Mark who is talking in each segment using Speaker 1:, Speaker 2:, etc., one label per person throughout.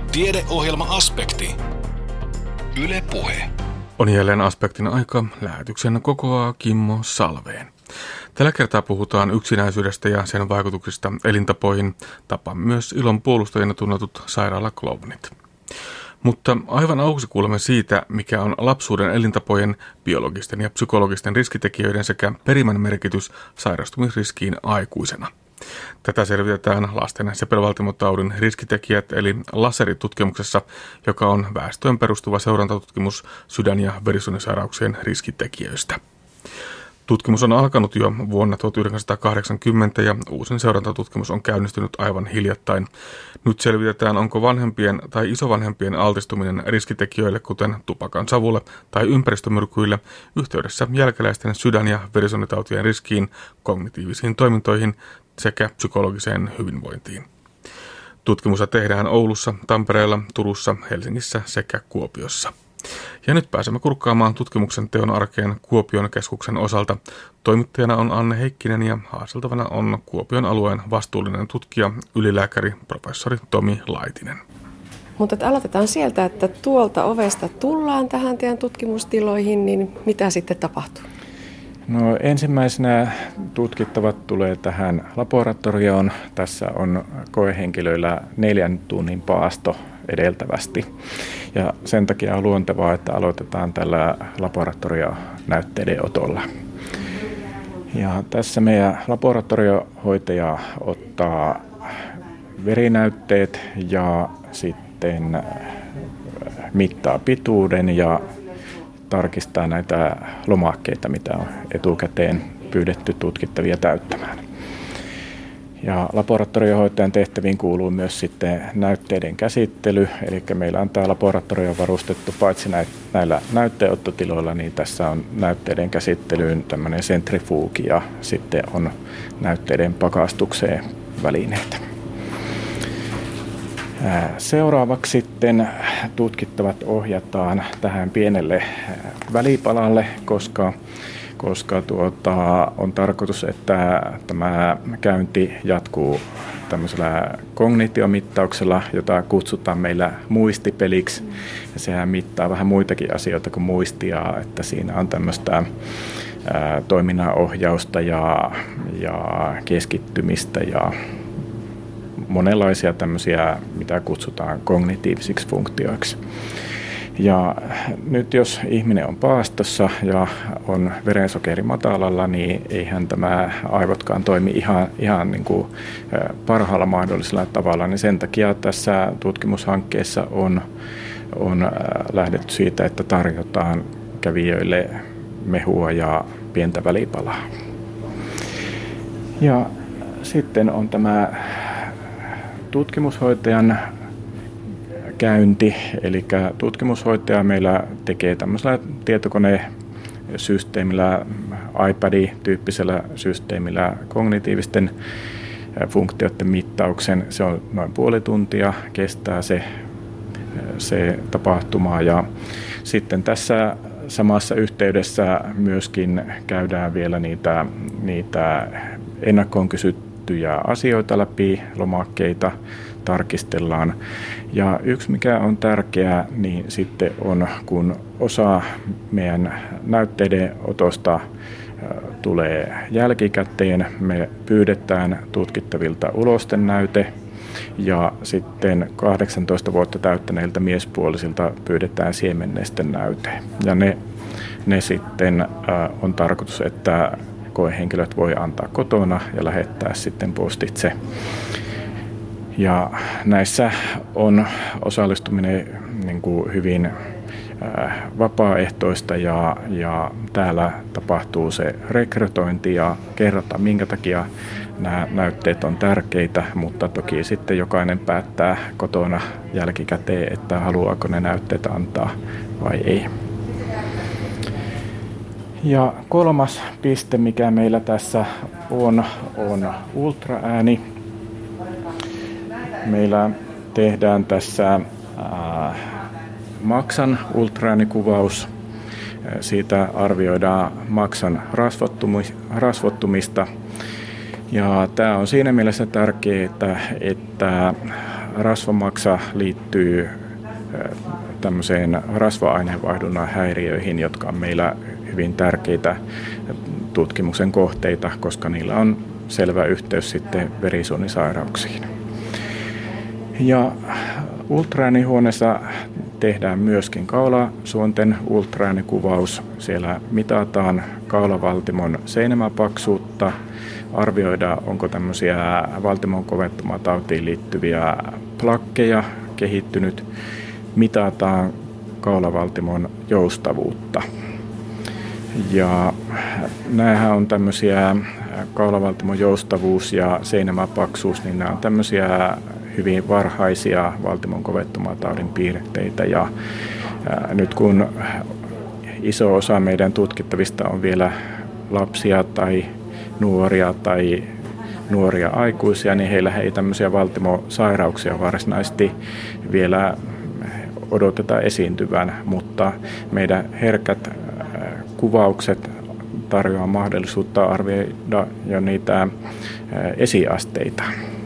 Speaker 1: Tiedeohjelma-aspekti. Yle Puhe.
Speaker 2: On jälleen aspektin aika. Lähetyksen kokoaa Kimmo Salveen. Tällä kertaa puhutaan yksinäisyydestä ja sen vaikutuksista elintapoihin. Tapaamme myös ilon puolustajina tunnetut sairaalaklownit. Mutta aivan aluksi kuulemme siitä, mikä on lapsuuden elintapojen, biologisten ja psykologisten riskitekijöiden sekä perimän merkitys sairastumisriskiin aikuisena. Tätä selvitetään lasten sepelvaltimotaudin riskitekijät eli LASERI-tutkimuksessa, joka on väestöön perustuva seurantatutkimus sydän- ja verisuonisairauksien riskitekijöistä. Tutkimus on alkanut jo vuonna 1980 ja uusin seurantatutkimus on käynnistynyt aivan hiljattain. Nyt selvitetään, onko vanhempien tai isovanhempien altistuminen riskitekijöille, kuten tupakan savulle tai ympäristömyrkyille, yhteydessä jälkeläisten sydän- ja verisuonitautien riskiin, kognitiivisiin toimintoihin sekä psykologiseen hyvinvointiin. Tutkimusta tehdään Oulussa, Tampereella, Turussa, Helsingissä sekä Kuopiossa. Ja nyt pääsemme kurkkaamaan tutkimuksen teon arkeen Kuopion keskuksen osalta. Toimittajana on Anne Heikkinen ja haasteltavana on Kuopion alueen vastuullinen tutkija, ylilääkäri, professori Tomi Laitinen.
Speaker 3: Mutta aloitetaan sieltä, että tuolta ovesta tullaan tähän teidän tutkimustiloihin, niin mitä sitten tapahtuu?
Speaker 4: No, ensimmäisenä tutkittavat tulee tähän laboratorioon. Tässä on koehenkilöillä 4 tunnin paasto edeltävästi. Ja sen takia on luontevaa, että aloitetaan tällä laboratorionäytteiden otolla. Ja tässä meidän laboratoriohoitaja ottaa verinäytteet ja sitten mittaa pituuden ja tarkistaa näitä lomakkeita, mitä on etukäteen pyydetty tutkittavia täyttämään. Ja laboratoriohoitajan tehtäviin kuuluu myös sitten näytteiden käsittely, eli meillä on tämä laboratorio varustettu paitsi näillä näytteenottotiloilla, niin tässä on näytteiden käsittelyyn tämmöinen sentrifuugi ja sitten on näytteiden pakastukseen välineitä. Seuraavaksi sitten tutkittavat ohjataan tähän pienelle välipalalle, koska on tarkoitus, että tämä käynti jatkuu tämmöisellä kognitiomittauksella, jota kutsutaan meillä muistipeliksi. Ja sehän mittaa vähän muitakin asioita kuin muistia, että siinä on tämmöistä toiminnanohjausta ja keskittymistä ja monenlaisia tämmöisiä, mitä kutsutaan kognitiivisiksi funktioiksi. Ja nyt jos ihminen on paastossa ja on verensokeri matalalla, niin eihän tämä aivotkaan toimi ihan niin kuin parhaalla mahdollisella tavalla. Niin sen takia tässä tutkimushankkeessa on lähdetty siitä, että tarjotaan kävijöille mehua ja pientä välipalaa. Ja sitten on tämä tutkimushoitajan käynti, eli tutkimushoitaja meillä tekee tämmöisellä tietokonesysteemillä, iPad-tyyppisellä systeemillä kognitiivisten funktioiden mittauksen. Se on noin puoli tuntia, kestää se tapahtuma ja sitten tässä samassa yhteydessä myöskin käydään vielä niitä ennakkoon kysyttyjä asioita läpi, lomakkeita tarkistellaan. Ja yksi mikä on tärkeää, niin sitten on, kun osa meidän näytteiden otosta tulee jälkikäteen, me pyydetään tutkittavilta ulostennäyte ja sitten 18 vuotta täyttäneiltä miespuolisilta pyydetään siemennesten näyte. Ja ne sitten on tarkoitus, että koehenkilöt voi antaa kotona ja lähettää sitten postitse. Ja näissä on osallistuminen niin kuin hyvin vapaaehtoista ja täällä tapahtuu se rekrytointi ja kerrotaan minkä takia nämä näytteet on tärkeitä, mutta toki sitten jokainen päättää kotona jälkikäteen, että haluaako ne näytteet antaa vai ei. Ja kolmas piste, mikä meillä tässä on ultraääni. Meillä tehdään tässä maksan ultraäänikuvaus. Siitä arvioidaan maksan rasvottumista. Ja tämä on siinä mielessä tärkeää, että rasvamaksa liittyy tämmöiseen rasva-aineenvaihdunnan häiriöihin, jotka on meillä hyvin tärkeitä tutkimuksen kohteita, koska niillä on selvä yhteys sitten verisuonisairauksiin. Ja ultraäänihuoneessa tehdään myöskin kaulasuonten ultraäänikuvaus. Siellä mitataan kaulavaltimon seinämäpaksuutta, arvioidaan onko tämmöisiä valtimon kovettumatautiin liittyviä plakkeja kehittynyt, mitataan kaulavaltimon joustavuutta. Ja nämähän on tämmöisiä kaulavaltimon joustavuus ja seinämäpaksuus, niin nämä on tämmöisiä hyvin varhaisia valtimon kovettumataudin piirteitä. Ja nyt kun iso osa meidän tutkittavista on vielä lapsia tai nuoria aikuisia, niin heillä ei tämmöisiä valtimosairauksia varsinaisesti vielä odoteta esiintyvän, mutta meidän herkät kuvaukset tarjoaa mahdollisuutta arvioida jo niitä esiasteita.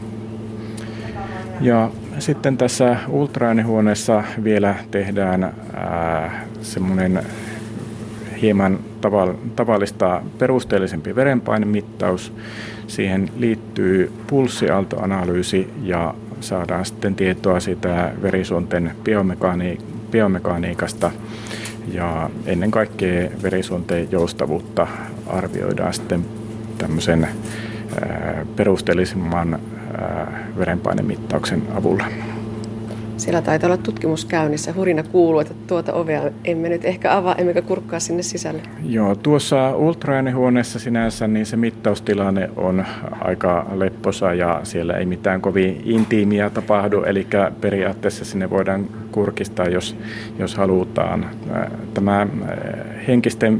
Speaker 4: Ja sitten tässä ultraäänihuoneessa vielä tehdään semmoinen hieman tavallista perusteellisempi verenpainemittaus. Siihen liittyy pulssiaaltoanalyysi ja saadaan sitten tietoa sitä verisuonten biomekaniikasta. Ja ennen kaikkea verisuonten joustavuutta arvioidaan sitten tämmöisen perusteellisemman verenpainemittauksen avulla.
Speaker 3: Siellä taitaa olla tutkimus käynnissä. Hurina kuuluu, että tuota ovea emme nyt ehkä avaa, emmekä kurkkaa sinne sisälle.
Speaker 4: Joo, tuossa ultraäänihuoneessa sinänsä niin se mittaustilanne on aika lepposa ja siellä ei mitään kovin intiimiä tapahdu. Eli periaatteessa sinne voidaan kurkistaa, jos halutaan. Tämä henkisten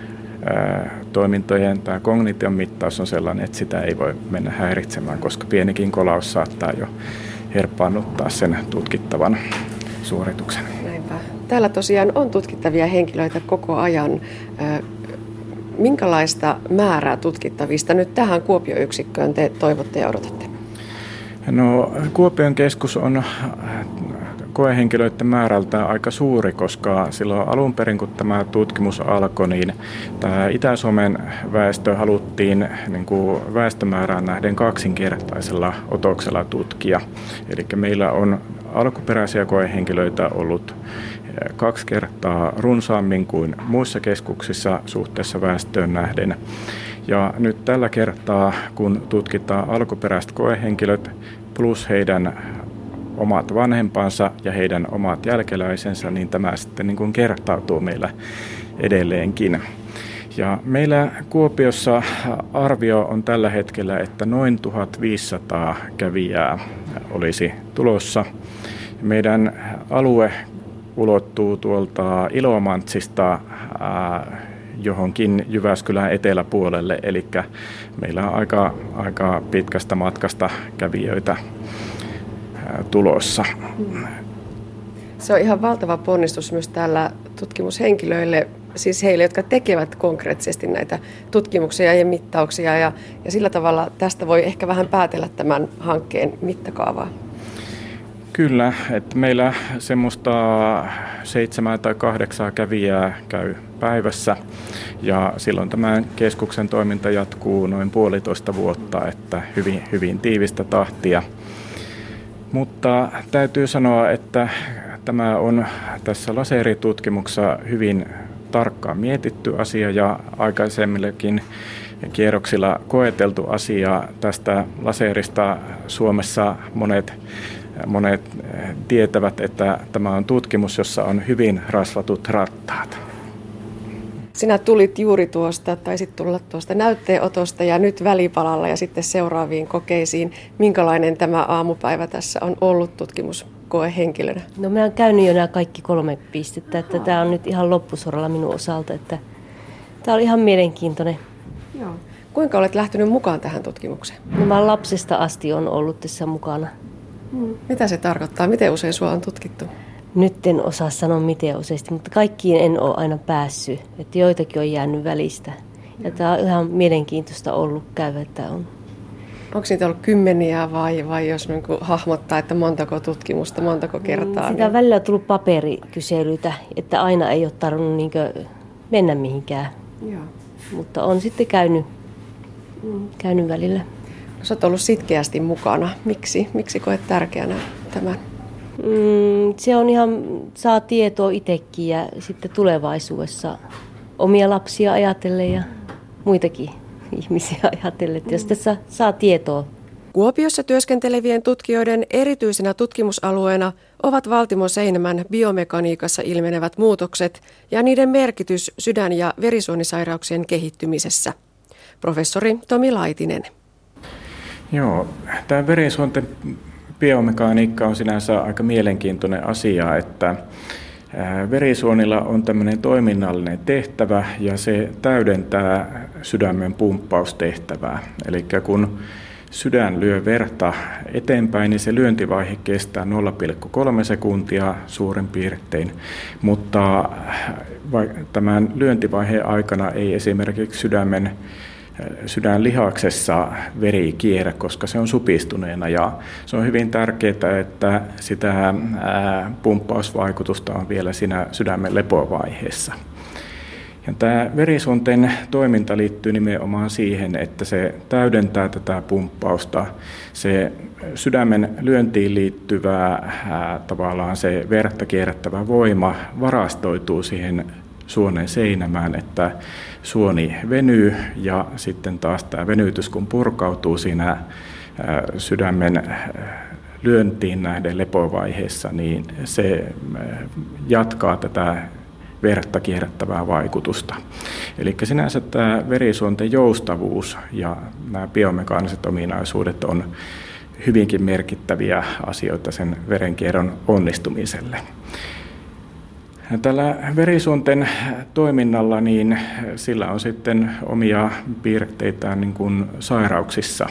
Speaker 4: toimintojen tämä kognition mittaus on sellainen, että sitä ei voi mennä häiritsemään, koska pienikin kolaus saattaa jo herpaannuttaa sen tutkittavan suorituksen.
Speaker 3: Näinpä. Täällä tosiaan on tutkittavia henkilöitä koko ajan. Minkälaista määrää tutkittavista nyt tähän Kuopio-yksikköön te toivotte ja odotatte?
Speaker 4: No, Kuopion keskus on koehenkilöiden määrältä aika suuri, koska silloin alun perin, kun tämä tutkimus alkoi, niin tämä Itä-Suomen väestö haluttiin niin kuin väestömäärään nähden kaksinkertaisella otoksella tutkia. Eli meillä on alkuperäisiä koehenkilöitä ollut 2 kertaa runsaammin kuin muissa keskuksissa suhteessa väestöön nähden. Ja nyt tällä kertaa, kun tutkitaan alkuperäiset koehenkilöt plus heidän omat vanhempansa ja heidän omat jälkeläisensä, niin tämä sitten niin kuin kertautuu meillä edelleenkin. Ja meillä Kuopiossa arvio on tällä hetkellä, että noin 1500 kävijää olisi tulossa. Meidän alue ulottuu tuolta Ilomantsista johonkin Jyväskylän eteläpuolelle, eli meillä on aika pitkästä matkasta kävijöitä tulossa.
Speaker 3: Se on ihan valtava ponnistus myös täällä tutkimushenkilöille, siis heille, jotka tekevät konkreettisesti näitä tutkimuksia ja mittauksia, ja sillä tavalla tästä voi ehkä vähän päätellä tämän hankkeen mittakaavaa.
Speaker 4: Kyllä, että meillä semmoista 7 tai 8 kävijää käy päivässä ja silloin tämän keskuksen toiminta jatkuu noin 1,5 vuotta, että hyvin tiivistä tahtia. Mutta täytyy sanoa, että tämä on tässä laseritutkimuksessa hyvin tarkkaan mietitty asia ja aikaisemmillekin kierroksilla koeteltu asia. Tästä laserista Suomessa monet tietävät, että tämä on tutkimus, jossa on hyvin rasvatut rattaat.
Speaker 3: Sinä tulit juuri taisit tulla tuosta näytteenotosta ja nyt välipalalla ja sitten seuraaviin kokeisiin. Minkälainen tämä aamupäivä tässä on ollut tutkimuskoehenkilönä?
Speaker 5: No mä oon käynyt jo nämä kaikki 3 pistettä, että tämä on nyt ihan loppusuoralla minun osalta, että tämä oli ihan mielenkiintoinen.
Speaker 3: Joo. Kuinka olet lähtenyt mukaan tähän tutkimukseen?
Speaker 5: No mä lapsesta asti on ollut tässä mukana.
Speaker 3: Mitä se tarkoittaa? Miten usein sua on tutkittu?
Speaker 5: Nyt en osaa sanoa miten useasti, mutta kaikkiin en ole aina päässyt. Että joitakin on jäänyt välistä. Ja tämä on ihan mielenkiintoista ollut käydä, että on
Speaker 3: Onko niitä ollut kymmeniä vai jos niin kuin hahmottaa, että montako tutkimusta, montako kertaa?
Speaker 5: Sitä on välillä tullut paperikyselyitä, että aina ei ole tarvinnut niin mennä mihinkään.
Speaker 3: Joo.
Speaker 5: Mutta on sitten käynyt välillä.
Speaker 3: No, sä oot ollut sitkeästi mukana. Miksi koet tärkeänä tämän?
Speaker 5: Se on ihan, saa tietoa itsekin ja sitten tulevaisuudessa omia lapsia ajatellen ja muitakin ihmisiä ajatellen, että jos tässä saa tietoa.
Speaker 3: Kuopiossa työskentelevien tutkijoiden erityisenä tutkimusalueena ovat Valtimo Seinämän biomekaniikassa ilmenevät muutokset ja niiden merkitys sydän- ja verisuonisairauksien kehittymisessä. Professori Tomi Laitinen.
Speaker 4: Joo, tämä verisuonten biomekaniikka on sinänsä aika mielenkiintoinen asia, että verisuonilla on tämmöinen toiminnallinen tehtävä ja se täydentää sydämen pumppaustehtävää. Eli kun sydän lyö verta eteenpäin, niin se lyöntivaihe kestää 0,3 sekuntia suurin piirtein, mutta tämän lyöntivaiheen aikana ei esimerkiksi sydänlihaksessa veri kierrä, koska se on supistuneena ja se on hyvin tärkeää, että sitä pumppausvaikutusta on vielä siinä sydämen lepovaiheessa. Ja tämä verisuonten toiminta liittyy nimenomaan siihen, että se täydentää tätä pumppausta. Se sydämen lyöntiin liittyvä tavallaan se verta kierrättävä voima varastoituu siihen suonen seinämään, että suoni venyy ja sitten taas tämä venytys kun purkautuu siinä sydämen lyöntiin nähden lepovaiheessa, niin se jatkaa tätä verta kierrättävää vaikutusta. Eli sinänsä tämä verisuonten joustavuus ja nämä biomekaaniset ominaisuudet on hyvinkin merkittäviä asioita sen verenkierron onnistumiselle. Tällä verisuonten toiminnalla niin sillä on sitten omia piirteitään niin kuin sairauksissa.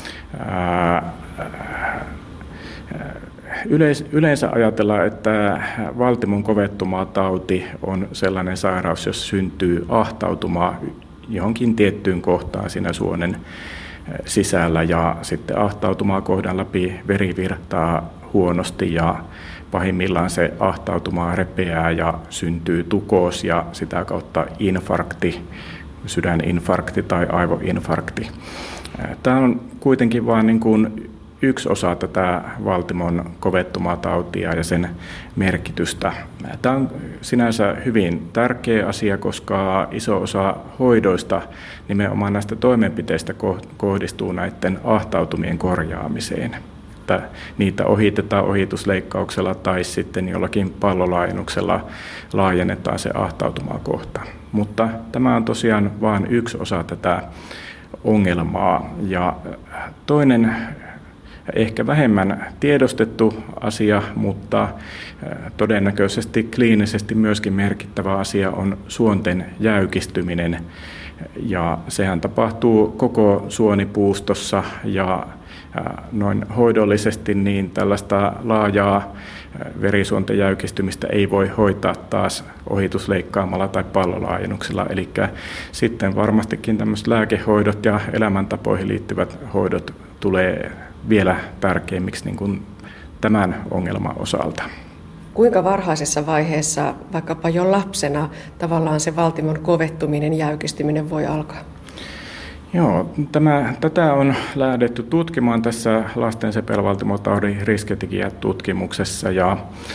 Speaker 4: Yleensä ajatellaan, että valtimon kovettumatauti on sellainen sairaus, jos syntyy ahtautumaa johonkin tiettyyn kohtaan siinä suonen sisällä ja sitten ahtautumaa kohdan läpi veri virtaa huonosti ja pahimmillaan se ahtautumaa repeää ja syntyy tukos ja sitä kautta infarkti, sydäninfarkti tai aivoinfarkti. Tämä on kuitenkin vain niin kuin yksi osa tätä valtimon kovettumatautia ja sen merkitystä. Tämä on sinänsä hyvin tärkeä asia, koska iso osa hoidoista nimenomaan näistä toimenpiteistä kohdistuu näiden ahtautumien korjaamiseen. Että niitä ohitetaan ohitusleikkauksella tai sitten jollakin pallolaajennuksella laajennetaan se ahtautumakohta. Mutta tämä on tosiaan vain yksi osa tätä ongelmaa. Ja toinen ehkä vähemmän tiedostettu asia, mutta todennäköisesti kliinisesti myöskin merkittävä asia on suonten jäykistyminen. Ja sehän tapahtuu koko suonipuustossa ja noin hoidollisesti niin tällaista laajaa verisuonten jäykistymistä ei voi hoitaa taas ohitusleikkaamalla tai pallolaajennuksella. Eli sitten varmastikin tämmöiset lääkehoidot ja elämäntapoihin liittyvät hoidot tulee vielä tärkeimmiksi niin kuin tämän ongelman osalta.
Speaker 3: Kuinka varhaisessa vaiheessa, vaikkapa jo lapsena, tavallaan se valtimon kovettuminen, jäykistyminen voi alkaa?
Speaker 4: Joo, tätä on lähdetty tutkimaan tässä lasten sepelvaltimotaudin riskitekijätutkimuksessa ja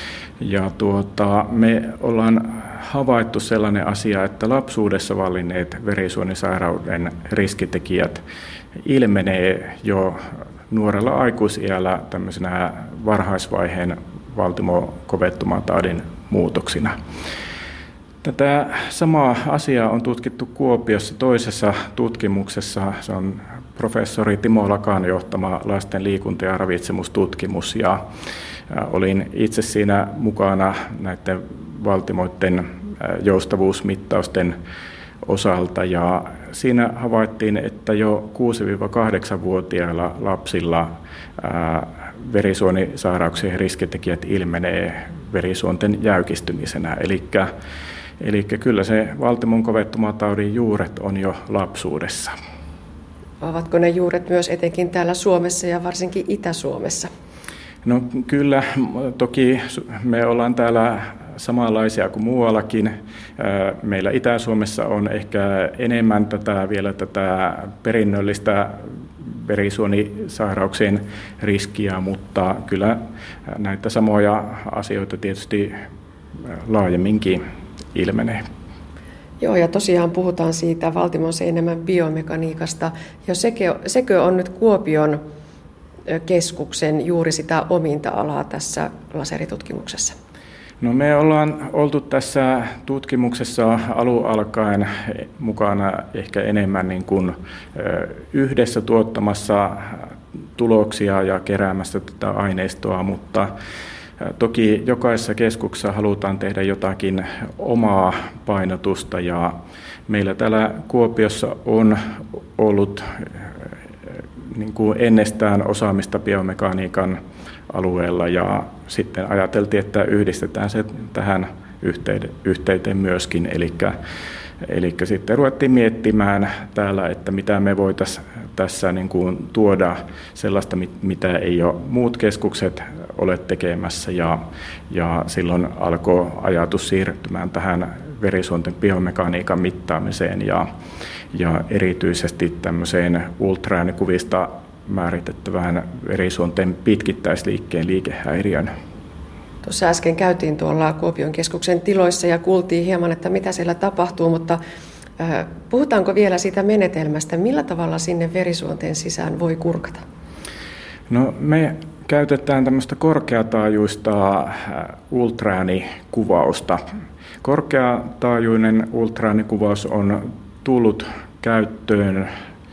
Speaker 4: me ollaan havaittu sellainen asia, että lapsuudessa vallinneet verisuonisairauden riskitekijät ilmenee jo nuorella aikuisiällä tämmöisenä varhaisvaiheen valtimokovettumataudin muutoksina. Tätä samaa asiaa on tutkittu Kuopiossa toisessa tutkimuksessa. Se on professori Timo Lakan johtama lasten liikunta- ja ravitsemustutkimus. Ja olin itse siinä mukana näiden valtimoiden joustavuusmittausten osalta. Ja siinä havaittiin, että jo 6-8-vuotiailla lapsilla verisuonisairauksien riskitekijät ilmenee verisuonten jäykistymisenä. Eli kyllä se valtimon kovettumataudin juuret on jo lapsuudessa.
Speaker 3: Ovatko ne juuret myös etenkin täällä Suomessa ja varsinkin Itä-Suomessa?
Speaker 4: No kyllä, toki me ollaan täällä samanlaisia kuin muuallakin. Meillä Itä-Suomessa on ehkä enemmän vielä tätä perinnöllistä verisuonisairauksien riskiä, mutta kyllä näitä samoja asioita tietysti laajemminkin ilmenee.
Speaker 3: Joo, ja tosiaan puhutaan siitä Valtimon Seinämän biomekaniikasta. Ja sekö on nyt Kuopion keskuksen juuri sitä ominta alaa tässä laseritutkimuksessa?
Speaker 4: No me ollaan oltu tässä tutkimuksessa alun alkaen mukana ehkä enemmän niin kuin yhdessä tuottamassa tuloksia ja keräämässä tätä aineistoa, mutta toki jokaisessa keskuksessa halutaan tehdä jotakin omaa painotusta ja meillä täällä Kuopiossa on ollut niin kuin ennestään osaamista biomekaniikan alueella ja sitten ajateltiin, että yhdistetään se tähän yhteyteen myöskin. Eli sitten ruvettiin miettimään täällä, että mitä me voitaisiin tässä niin kuin tuoda sellaista, mitä ei ole muut keskukset ole tekemässä ja silloin alkoi ajatus siirtymään tähän verisuonten biomekaniikan mittaamiseen ja erityisesti tämmöiseen ultraäänikuvista määritettävään verisuonten pitkittäisliikkeen liikehäiriön.
Speaker 3: Tuossa äsken käytiin tuolla Kuopion keskuksen tiloissa ja kuultiin hieman, että mitä siellä tapahtuu, mutta puhutaanko vielä siitä menetelmästä, millä tavalla sinne verisuonten sisään voi kurkata?
Speaker 4: No me käytetään tämmöistä korkeataajuista ultraäänikuvausta. Korkeataajuinen ultraäänikuvaus on tullut käyttöön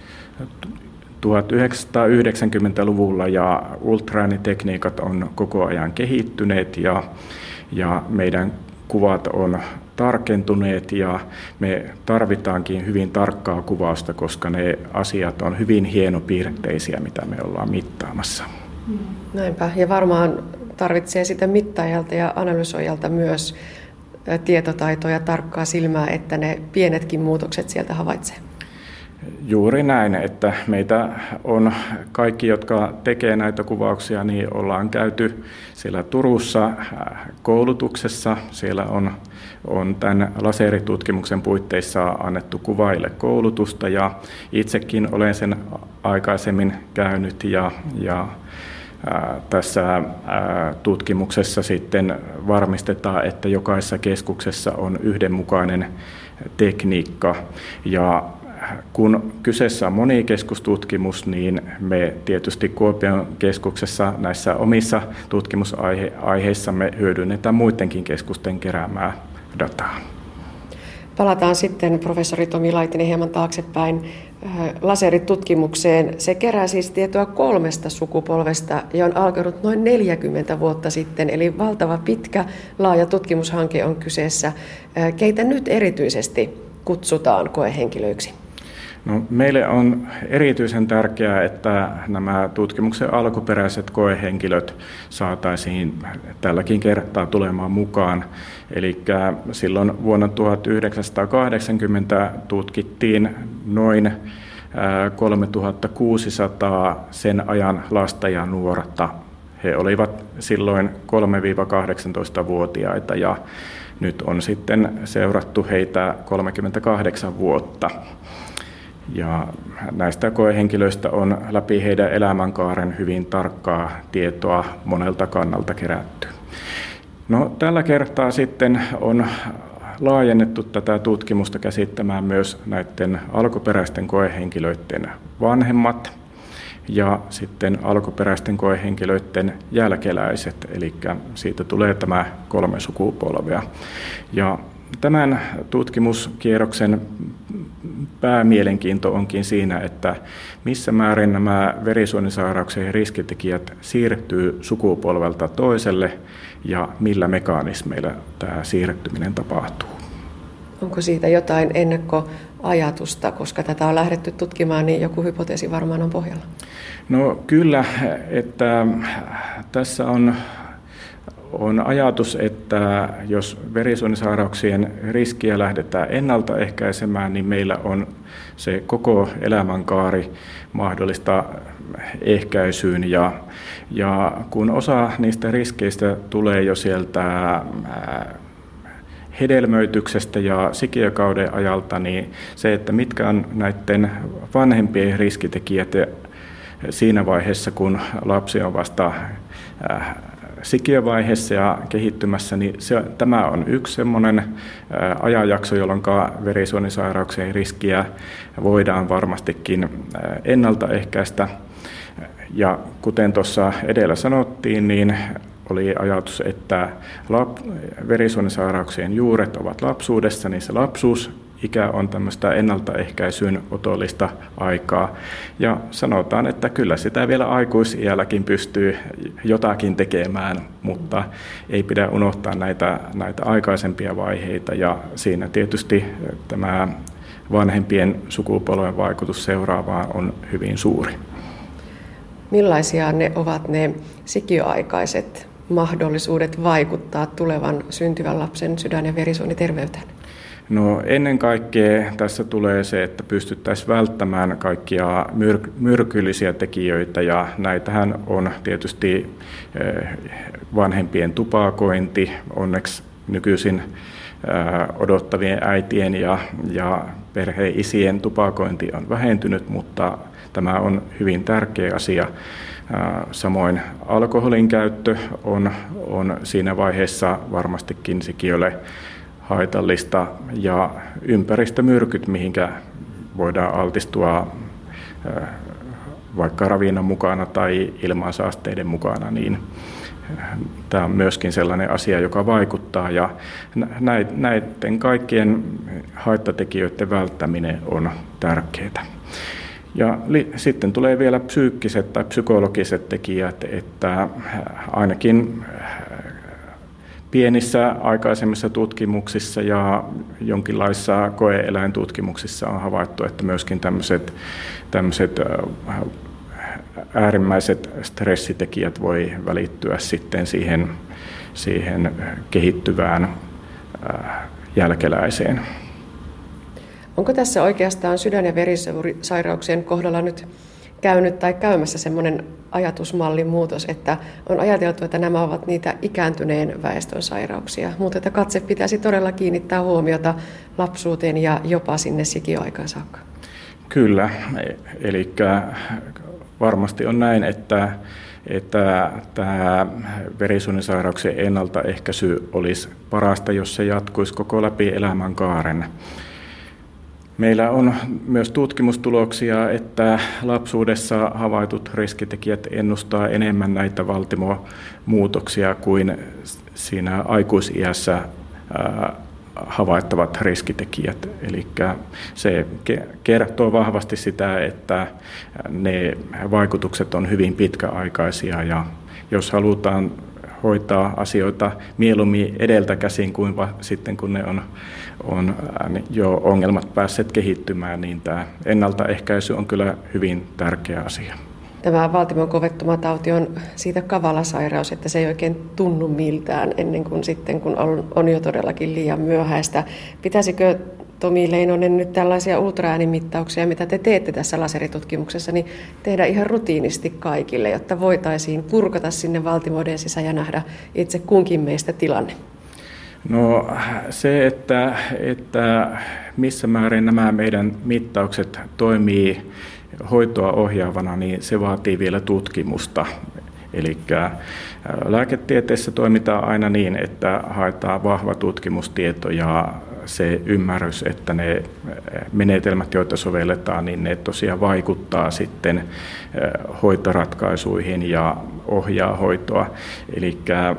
Speaker 4: 1990-luvulla ja ultraäänitekniikat on koko ajan kehittyneet ja meidän kuvat on tarkentuneet ja me tarvitaankin hyvin tarkkaa kuvausta, koska ne asiat on hyvin hienopiirteisiä, mitä me ollaan mittaamassa.
Speaker 3: Näinpä, ja varmaan tarvitsee sitä mittaajalta ja analysoijalta myös tietotaitoa ja tarkkaa silmää, että ne pienetkin muutokset sieltä havaitsee.
Speaker 4: Juuri näin, että meitä on kaikki, jotka tekee näitä kuvauksia, niin ollaan käyty siellä Turussa koulutuksessa. Siellä on tämän laseritutkimuksen puitteissa annettu kuvaajille koulutusta ja itsekin olen sen aikaisemmin käynyt ja tässä tutkimuksessa sitten varmistetaan, että jokaisessa keskuksessa on yhdenmukainen tekniikka ja kun kyseessä on monikeskustutkimus, niin me tietysti Kuopion keskuksessa näissä omissa tutkimusaiheissamme hyödynnetään muidenkin keskusten keräämää dataa.
Speaker 3: Palataan sitten professori Tomi Laitinen hieman taaksepäin laseritutkimukseen. Se kerää siis tietoa 3 sukupolvesta ja on alkanut noin 40 vuotta sitten, eli valtava pitkä laaja tutkimushanke on kyseessä. Keitä nyt erityisesti kutsutaan koehenkilöiksi?
Speaker 4: No, meille on erityisen tärkeää, että nämä tutkimuksen alkuperäiset koehenkilöt saataisiin tälläkin kertaa tulemaan mukaan. Eli silloin vuonna 1980 tutkittiin noin 3600 sen ajan lasta ja nuorta. He olivat silloin 3-18-vuotiaita ja nyt on sitten seurattu heitä 38 vuotta. Ja näistä koehenkilöistä on läpi heidän elämänkaaren hyvin tarkkaa tietoa monelta kannalta kerätty. No, tällä kertaa sitten on laajennettu tätä tutkimusta käsittämään myös näiden alkuperäisten koehenkilöiden vanhemmat ja sitten alkuperäisten koehenkilöiden jälkeläiset, eli siitä tulee tämä 3 sukupolvea. Ja tämän tutkimuskierroksen päämielenkiinto onkin siinä, että missä määrin nämä verisuonisairauksien riskitekijät siirtyy sukupolvelta toiselle ja millä mekanismeilla tämä siirtyminen tapahtuu.
Speaker 3: Onko siitä jotain ennakkoajatusta, koska tätä on lähdetty tutkimaan, niin joku hypoteesi varmaan on pohjalla?
Speaker 4: No kyllä, että tässä on On ajatus, että jos verisuonisairauksien riskiä lähdetään ennaltaehkäisemään, niin meillä on se koko elämänkaari mahdollista ehkäisyyn. Ja kun osa niistä riskeistä tulee jo sieltä hedelmöityksestä ja sikiökauden ajalta, niin se, että mitkä on näiden vanhempien riskitekijät siinä vaiheessa, kun lapsi on vasta sikiövaiheessa ja kehittymässä, niin tämä on yksi semmoinen ajanjakso, jolloin verisuonisairauksien riskiä voidaan varmastikin ennaltaehkäistä. Ja kuten tuossa edellä sanottiin, niin oli ajatus, että verisuonisairauksien juuret ovat lapsuudessa, niin se lapsuusikä on tämmöistä ennaltaehkäisyyn otollista aikaa. Ja sanotaan, että kyllä sitä vielä aikuisiälläkin pystyy jotakin tekemään, mutta ei pidä unohtaa näitä aikaisempia vaiheita. Ja siinä tietysti tämä vanhempien sukupolven vaikutus seuraavaan on hyvin suuri.
Speaker 3: Millaisia ne ovat ne sikiöaikaiset mahdollisuudet vaikuttaa tulevan syntyvän lapsen sydän- ja verisuoniterveyteen?
Speaker 4: No ennen kaikkea tässä tulee se, että pystyttäisiin välttämään kaikkia myrkyllisiä tekijöitä, ja näitähän on tietysti vanhempien tupakointi, onneksi nykyisin odottavien äitien ja perheisien tupakointi on vähentynyt, mutta tämä on hyvin tärkeä asia. Samoin alkoholin käyttö on siinä vaiheessa varmastikin sikiölle haitallista, ja ympäristömyrkyt, mihinkä voidaan altistua vaikka ravinnon mukana tai ilmansaasteiden mukana, niin tämä on myöskin sellainen asia, joka vaikuttaa, ja näiden kaikkien haittatekijöiden välttäminen on tärkeää. Ja sitten tulee vielä psyykkiset tai psykologiset tekijät, että ainakin pienissä aikaisemmissa tutkimuksissa ja jonkinlaisissa koe-eläintutkimuksissa on havaittu, että myöskin tämmöiset äärimmäiset stressitekijät voi välittyä sitten siihen kehittyvään jälkeläiseen.
Speaker 3: Onko tässä oikeastaan sydän- ja verisairauksien kohdalla nyt käynyt tai käymässä semmoinen ajatusmallin muutos, että on ajateltu, että nämä ovat niitä ikääntyneen väestön sairauksia, mutta että katse pitäisi todella kiinnittää huomiota lapsuuteen ja jopa sinne sikiöaikaan saakka?
Speaker 4: Kyllä, eli varmasti on näin, että tämä verisuonisairauksien ennaltaehkäisy olisi parasta, jos se jatkuisi koko läpi elämänkaaren. Meillä on myös tutkimustuloksia, että lapsuudessa havaitut riskitekijät ennustaa enemmän näitä valtimomuutoksia kuin siinä aikuisiässä havaittavat riskitekijät. Eli se kertoo vahvasti sitä, että ne vaikutukset on hyvin pitkäaikaisia, ja jos halutaan hoitaa asioita mieluummin edeltä käsin kuin sitten kun ne on jo ongelmat päässeet kehittymään, niin tämä ennaltaehkäisy on kyllä hyvin tärkeä asia.
Speaker 3: Tämä valtimon kovettumatauti on siitä kavala sairaus, että se ei oikein tunnu miltään ennen kuin sitten, kun on jo todellakin liian myöhäistä. Pitäisikö, Tomi Leinonen, nyt tällaisia ultraäänimittauksia, mitä te teette tässä laseritutkimuksessa, niin tehdä ihan rutiinisti kaikille, jotta voitaisiin kurkata sinne valtimoiden sisään ja nähdä itse kunkin meistä tilanne?
Speaker 4: No se, että missä määrin nämä meidän mittaukset toimii hoitoa ohjaavana, niin se vaatii vielä tutkimusta. Eli lääketieteessä toimitaan aina niin, että haetaan vahva tutkimustieto ja se ymmärrys, että ne menetelmät, joita sovelletaan, niin ne tosiaan vaikuttaa sitten hoitoratkaisuihin ja ohjaa hoitoa. Eli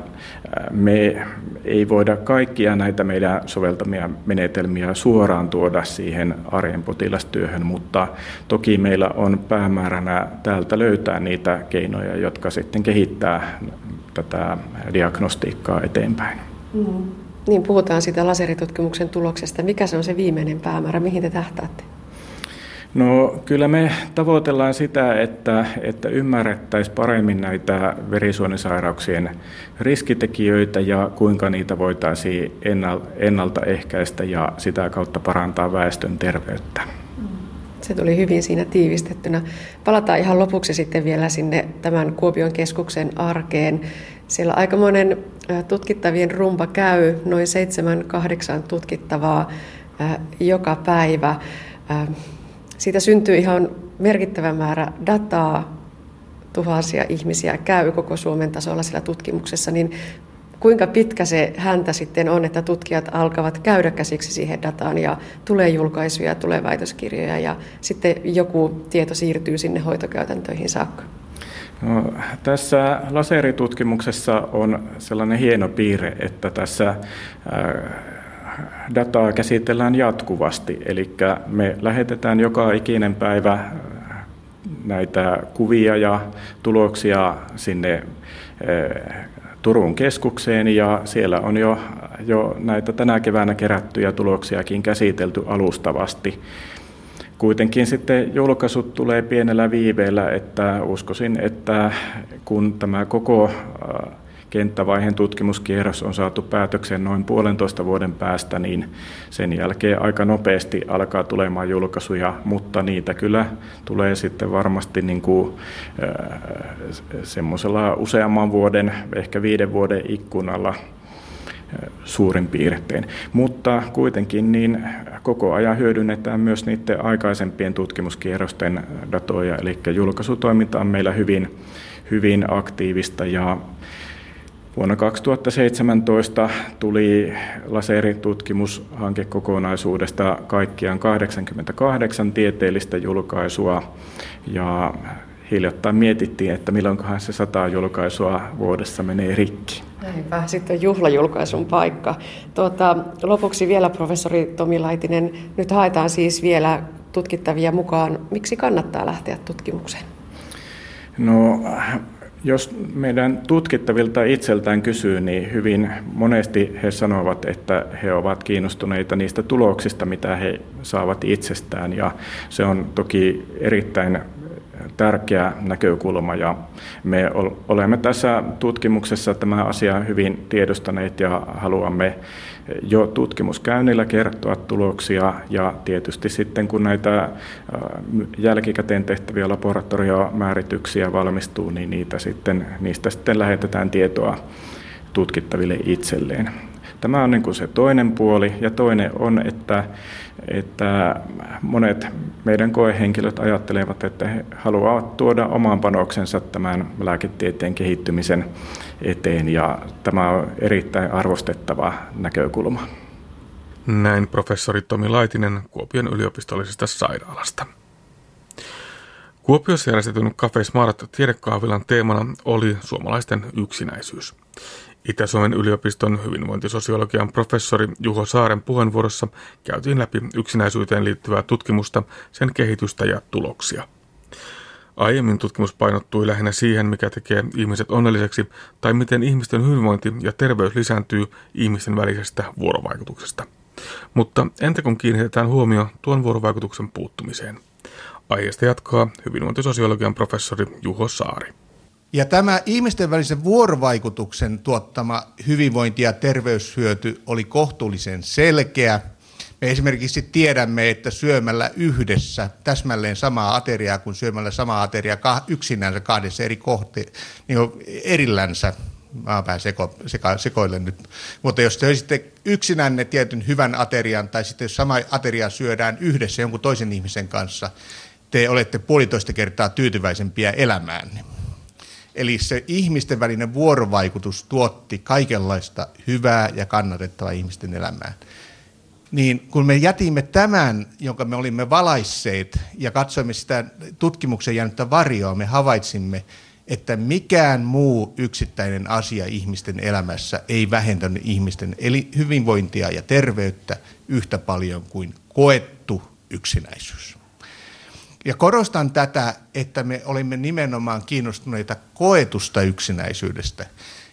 Speaker 4: me ei voida kaikkia näitä meidän soveltamia menetelmiä suoraan tuoda siihen arjen potilastyöhön, mutta toki meillä on päämääränä täältä löytää niitä keinoja, jotka sitten kehittää tätä diagnostiikkaa eteenpäin.
Speaker 3: Mm. Niin, puhutaan siitä laseritutkimuksen tuloksesta. Mikä se on se viimeinen päämäärä? Mihin te tähtäätte?
Speaker 4: No kyllä me tavoitellaan sitä, että ymmärrettäisiin paremmin näitä verisuonisairauksien riskitekijöitä ja kuinka niitä voitaisiin ennaltaehkäistä ja sitä kautta parantaa väestön terveyttä.
Speaker 3: Se tuli hyvin siinä tiivistettynä. Palataan ihan lopuksi sitten vielä sinne tämän Kuopion keskuksen arkeen. Siellä aikamoinen tutkittavien rumba käy, noin 7-8 tutkittavaa joka päivä. Siitä syntyy ihan merkittävä määrä dataa, tuhansia ihmisiä käy koko Suomen tasolla sillä tutkimuksessa, niin kuinka pitkä se häntä sitten on, että tutkijat alkavat käydä käsiksi siihen dataan ja tulee julkaisuja, tulee väitöskirjoja ja sitten joku tieto siirtyy sinne hoitokäytäntöihin saakka?
Speaker 4: No, tässä laseritutkimuksessa on sellainen hieno piirre, että tässä dataa käsitellään jatkuvasti, eli me lähetetään joka ikinen päivä näitä kuvia ja tuloksia sinne Turun keskukseen ja siellä on jo näitä tänä keväänä kerättyjä tuloksiakin käsitelty alustavasti. Kuitenkin sitten julkaisut tulee pienellä viiveellä, että uskoisin, että kun tämä koko kenttävaiheen tutkimuskierros on saatu päätökseen noin 1,5 vuoden päästä, niin sen jälkeen aika nopeasti alkaa tulemaan julkaisuja, mutta niitä kyllä tulee sitten varmasti niin kuin semmoisella useamman vuoden, ehkä 5 vuoden ikkunalla suurin piirtein. Mutta kuitenkin niin koko ajan hyödynnetään myös niiden aikaisempien tutkimuskierrosten datoja, eli julkaisutoiminta on meillä hyvin aktiivista ja vuonna 2017 tuli laseritutkimushankekokonaisuudesta kaikkiaan 88 tieteellistä julkaisua ja hiljattain mietittiin, että milloinkohan se 100 julkaisua vuodessa menee rikki.
Speaker 3: Näinpä, sitten on juhlajulkaisun paikka. Lopuksi vielä professori Tomi Laitinen, nyt haetaan siis vielä tutkittavia mukaan. Miksi kannattaa lähteä tutkimukseen?
Speaker 4: No, jos meidän tutkittavilta itseltään kysyy, niin hyvin monesti he sanovat, että he ovat kiinnostuneita niistä tuloksista, mitä he saavat itsestään. Ja se on toki erittäin tärkeä näkökulma ja me olemme tässä tutkimuksessa tämä asia hyvin tiedostaneet ja haluamme jo tutkimuskäynnillä kertoa tuloksia ja tietysti sitten kun näitä jälkikäteen tehtäviä laboratoriomäärityksiä valmistuu, niin niistä sitten lähetetään tietoa tutkittaville itselleen. Tämä on niin kuin se toinen puoli ja toinen on, että monet meidän koehenkilöt ajattelevat, että he haluavat tuoda oman panoksensa tämän lääketieteen kehittymisen eteen ja tämä on erittäin arvostettava näkökulma.
Speaker 2: Näin professori Tomi Laitinen Kuopion yliopistollisesta sairaalasta. Kuopiossa järjestetyn Cafe Smart tiedekahvilan teemana oli suomalaisten yksinäisyys. Itä-Suomen yliopiston hyvinvointisosiologian professori Juho Saaren puheenvuorossa käytiin läpi yksinäisyyteen liittyvää tutkimusta, sen kehitystä ja tuloksia. Aiemmin tutkimus painottui lähinnä siihen, mikä tekee ihmiset onnelliseksi tai miten ihmisten hyvinvointi ja terveys lisääntyy ihmisten välisestä vuorovaikutuksesta. Mutta entä kun kiinnitetään huomio tuon vuorovaikutuksen puuttumiseen? Aiheesta jatkaa hyvinvointisosiologian professori Juho Saari.
Speaker 6: Ja tämä ihmisten välisen vuorovaikutuksen tuottama hyvinvointi- ja terveyshyöty oli kohtuullisen selkeä. Me esimerkiksi tiedämme, että syömällä yhdessä täsmälleen samaa ateriaa kuin syömällä samaa ateriaa yksinänsä kahdessa eri niin erillänsä. Mä vähän sekoilen nyt. Mutta jos te sitten yksinänne tietyn hyvän aterian tai sitten jos sama ateria syödään yhdessä jonkun toisen ihmisen kanssa, te olette 1,5 kertaa tyytyväisempiä elämäänne. Eli se ihmisten välinen vuorovaikutus tuotti kaikenlaista hyvää ja kannatettavaa ihmisten elämään. Niin kun me jätimme tämän, jonka me olimme valaisseet ja katsoimme sitä tutkimuksen jäänyttä varjoa, me havaitsimme, että mikään muu yksittäinen asia ihmisten elämässä ei vähentänyt ihmisten hyvinvointia ja terveyttä yhtä paljon kuin koettu yksinäisyys. Ja korostan tätä, että me olimme nimenomaan kiinnostuneita koetusta yksinäisyydestä.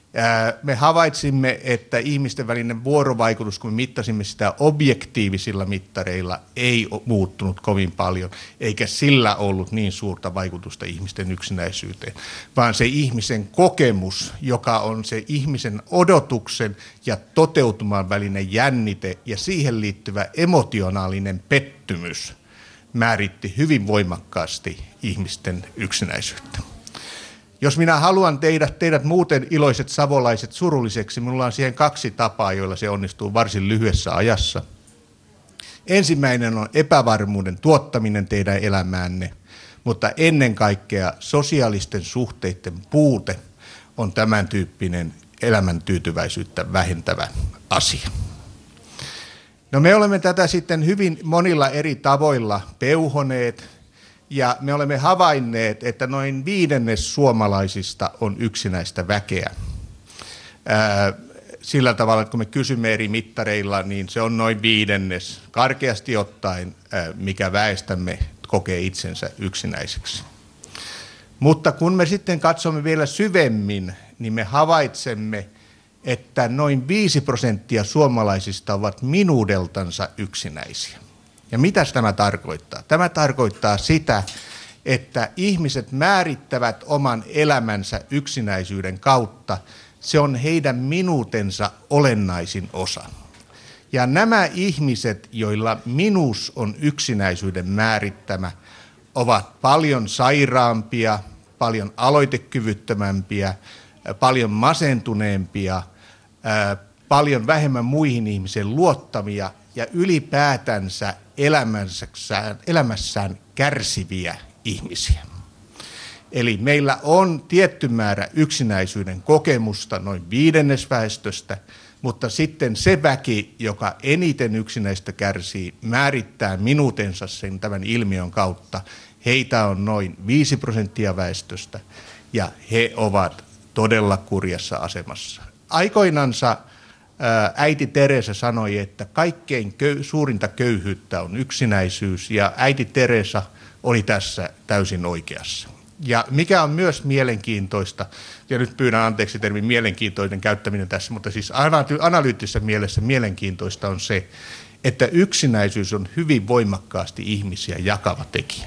Speaker 6: Me havaitsimme, että ihmisten välinen vuorovaikutus, kun me mittasimme sitä objektiivisilla mittareilla, ei muuttunut kovin paljon, eikä sillä ollut niin suurta vaikutusta ihmisten yksinäisyyteen, vaan se ihmisen kokemus, joka on se ihmisen odotuksen ja toteutuman välinen jännite ja siihen liittyvä emotionaalinen pettymys, määritti hyvin voimakkaasti ihmisten yksinäisyyttä. Jos minä haluan teidät muuten iloiset savolaiset surulliseksi, minulla on siihen 2 tapaa, joilla se onnistuu varsin lyhyessä ajassa. Ensimmäinen on epävarmuuden tuottaminen teidän elämäänne, mutta ennen kaikkea sosiaalisten suhteiden puute on tämän tyyppinen elämän tyytyväisyyttä vähentävä asia. No me olemme tätä sitten hyvin monilla eri tavoilla peuhoneet. Ja me olemme havainneet, että noin 1/5 suomalaisista on yksinäistä väkeä. Sillä tavalla, että kun me kysymme eri mittareilla, niin se on noin 1/5, karkeasti ottaen, mikä väestämme kokee itsensä yksinäiseksi. Mutta kun me sitten katsomme vielä syvemmin, niin me havaitsemme, että noin 5% suomalaisista ovat minuudeltansa yksinäisiä. Ja mitä tämä tarkoittaa? Tämä tarkoittaa sitä, että ihmiset määrittävät oman elämänsä yksinäisyyden kautta. Se on heidän minuutensa olennaisin osa. Ja nämä ihmiset, joilla minuus on yksinäisyyden määrittämä, ovat paljon sairaampia, paljon aloitekyvyttömämpiä, paljon masentuneempia, paljon vähemmän muihin ihmisiin luottavia ja ylipäätänsä elämässään kärsiviä ihmisiä. Eli meillä on tietty määrä yksinäisyyden kokemusta, noin 1/5 väestöstä, mutta sitten se väki, joka eniten yksinäistä kärsii, määrittää minuutensa sen tämän ilmiön kautta. Heitä on noin 5% väestöstä ja he ovat todella kurjassa asemassa. Aikoinansa äiti Teresa sanoi, että kaikkein suurinta köyhyyttä on yksinäisyys, ja äiti Teresa oli tässä täysin oikeassa. Ja mikä on myös mielenkiintoista, ja nyt pyydän anteeksi termin mielenkiintoinen käyttäminen tässä, mutta siis analyyttisessä mielessä mielenkiintoista on se, että yksinäisyys on hyvin voimakkaasti ihmisiä jakava tekijä.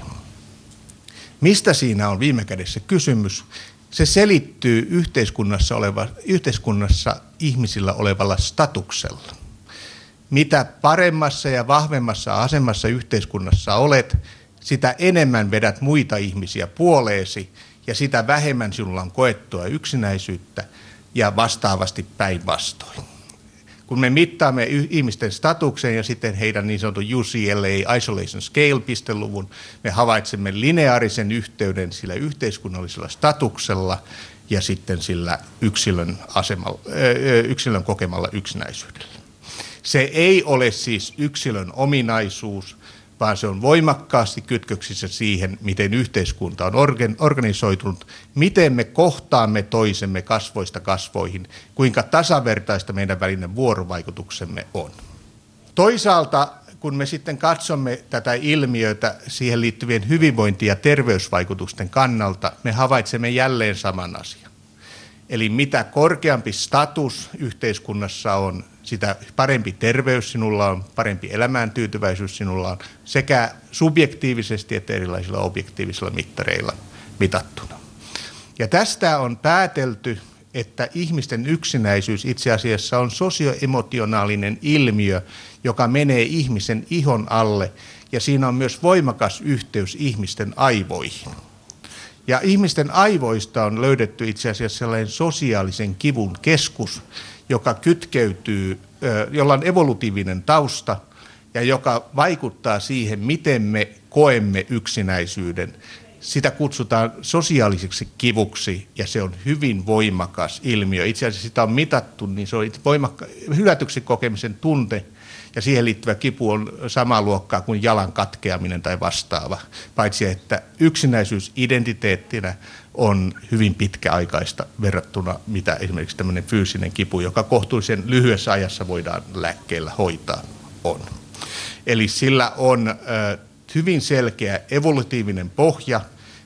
Speaker 6: Mistä siinä on viime kädessä kysymys? Se selittyy yhteiskunnassa ihmisillä olevalla statuksella. Mitä paremmassa ja vahvemmassa asemassa yhteiskunnassa olet, sitä enemmän vedät muita ihmisiä puoleesi ja sitä vähemmän sinulla on koettua yksinäisyyttä ja vastaavasti päinvastoin. Kun me mittaamme ihmisten statuksen ja sitten heidän niin sanotun UCLA Isolation Scale-pisteluvun, me havaitsemme lineaarisen yhteyden sillä yhteiskunnallisella statuksella ja sitten sillä yksilön kokemalla yksinäisyydellä. Se ei ole siis yksilön ominaisuus, vaan se on voimakkaasti kytköksissä siihen, miten yhteiskunta on organisoitunut, miten me kohtaamme toisemme kasvoista kasvoihin, kuinka tasavertaista meidän välinen vuorovaikutuksemme on. Toisaalta, kun me sitten katsomme tätä ilmiötä siihen liittyvien hyvinvointi- ja terveysvaikutusten kannalta, me havaitsemme jälleen saman asian. Eli mitä korkeampi status yhteiskunnassa on, sitä parempi terveys sinulla on, parempi elämäntyytyväisyys sinulla on, sekä subjektiivisesti että erilaisilla objektiivisilla mittareilla mitattuna. Ja tästä on päätelty, että ihmisten yksinäisyys itse asiassa on sosioemotionaalinen ilmiö, joka menee ihmisen ihon alle, ja siinä on myös voimakas yhteys ihmisten aivoihin. Ja ihmisten aivoista on löydetty itse asiassa sellainen sosiaalisen kivun keskus, joka kytkeytyy, jolla on evolutiivinen tausta ja joka vaikuttaa siihen, miten me koemme yksinäisyyden. Sitä kutsutaan sosiaaliseksi kivuksi ja se on hyvin voimakas ilmiö. Itse asiassa sitä on mitattu, niin se on hylätyksi kokemisen tunte ja siihen liittyvä kipu on samaa luokkaa kuin jalan katkeaminen tai vastaava. Paitsi että yksinäisyys identiteettinä on hyvin pitkäaikaista verrattuna mitä esimerkiksi tämmöinen fyysinen kipu, joka kohtuullisen lyhyessä ajassa voidaan lääkkeellä hoitaa, on. Eli sillä on hyvin selkeä evolutiivinen pohja.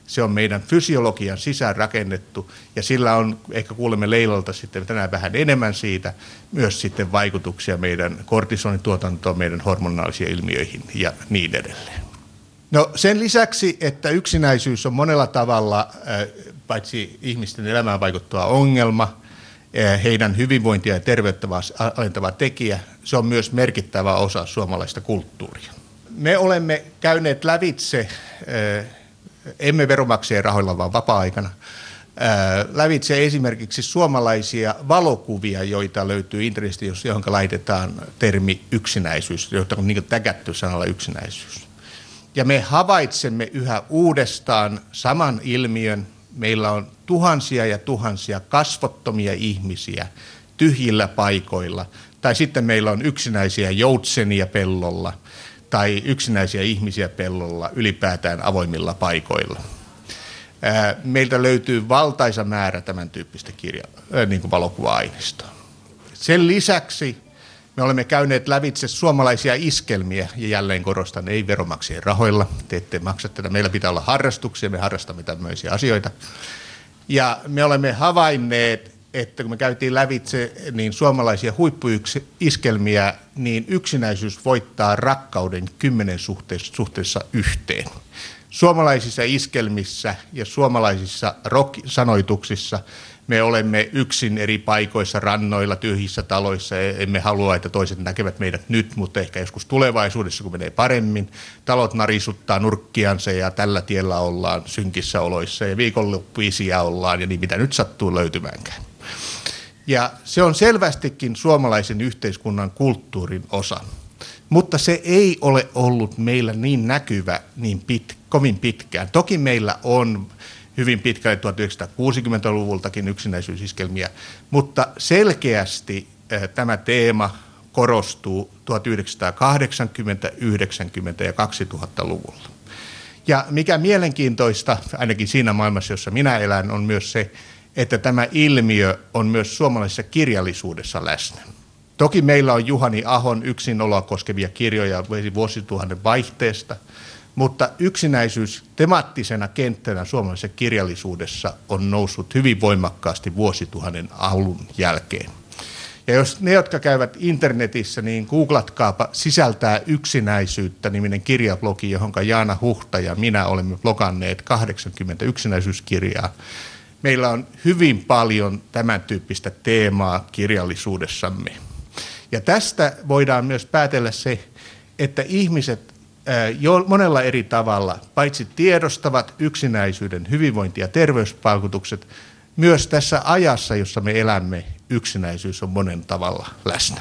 Speaker 6: Se on meidän fysiologian sisään rakennettu ja sillä on, ehkä kuulemme Leilalta sitten tänään vähän enemmän siitä, myös sitten vaikutuksia meidän kortisonituotantoon, meidän hormonaalisiin ilmiöihin ja niin edelleen. No sen lisäksi, että yksinäisyys on monella tavalla paitsi ihmisten elämään vaikuttava ongelma, heidän hyvinvointia ja terveyttä alentava tekijä, se on myös merkittävä osa suomalaista kulttuuria. Me olemme käyneet lävitse, emme veronmaksajien rahoilla, vaan vapaa-aikana, lävitse esimerkiksi suomalaisia valokuvia, joita löytyy internetistä, johon laitetaan termi yksinäisyys, joita on niin tägätty sanalla yksinäisyys. Ja me havaitsemme yhä uudestaan saman ilmiön. Meillä on tuhansia ja tuhansia kasvottomia ihmisiä tyhjillä paikoilla, tai sitten meillä on yksinäisiä joutsenia pellolla, tai yksinäisiä ihmisiä pellolla ylipäätään avoimilla paikoilla. Meiltä löytyy valtaisa määrä tämän tyyppistä valokuva-aineistoa. Sen lisäksi me olemme käyneet lävitse suomalaisia iskelmiä, ja jälleen korostan, ei veronmaksajien rahoilla. Te ette maksa tätä. Meillä pitää olla harrastuksia, me harrastamme tämmöisiä asioita. Ja me olemme havainneet, että kun me käytiin lävitse niin suomalaisia huippuiskelmiä, niin yksinäisyys voittaa rakkauden 10 suhteessa 1. Suomalaisissa iskelmissä ja suomalaisissa rock-sanoituksissa me olemme yksin eri paikoissa, rannoilla, tyhjissä taloissa. Emme halua, että toiset näkevät meidät nyt, mutta ehkä joskus tulevaisuudessa, kun menee paremmin. Talot narisuttaa nurkkiansa ja tällä tiellä ollaan synkissä oloissa ja viikonloppuisia ollaan ja niin mitä nyt sattuu löytymäänkään. Ja se on selvästikin suomalaisen yhteiskunnan kulttuurin osa. Mutta se ei ole ollut meillä niin näkyvä kovin pitkään. Toki meillä on hyvin pitkälle 1960-luvultakin yksinäisyysiskelmiä, mutta selkeästi tämä teema korostuu 1980-, 90- ja 2000-luvulla. Ja mikä mielenkiintoista, ainakin siinä maailmassa, jossa minä elän, on myös se, että tämä ilmiö on myös suomalaisessa kirjallisuudessa läsnä. Toki meillä on Juhani Ahon yksinoloa koskevia kirjoja vuosituhannen vaihteesta, mutta yksinäisyys temaattisena kenttänä suomalaisessa kirjallisuudessa on noussut hyvin voimakkaasti vuosituhannen alun jälkeen. Ja jos ne, jotka käyvät internetissä, niin googlatkaapa Sisältää yksinäisyyttä -niminen kirjablogi, johon Jaana Huhta ja minä olemme bloganneet 80 yksinäisyyskirjaa. Meillä on hyvin paljon tämän tyyppistä teemaa kirjallisuudessamme. Ja tästä voidaan myös päätellä se, että ihmiset jo monella eri tavalla paitsi tiedostavat yksinäisyyden hyvinvointi- ja terveysvaikutukset, myös tässä ajassa, jossa me elämme, yksinäisyys on monen tavalla läsnä.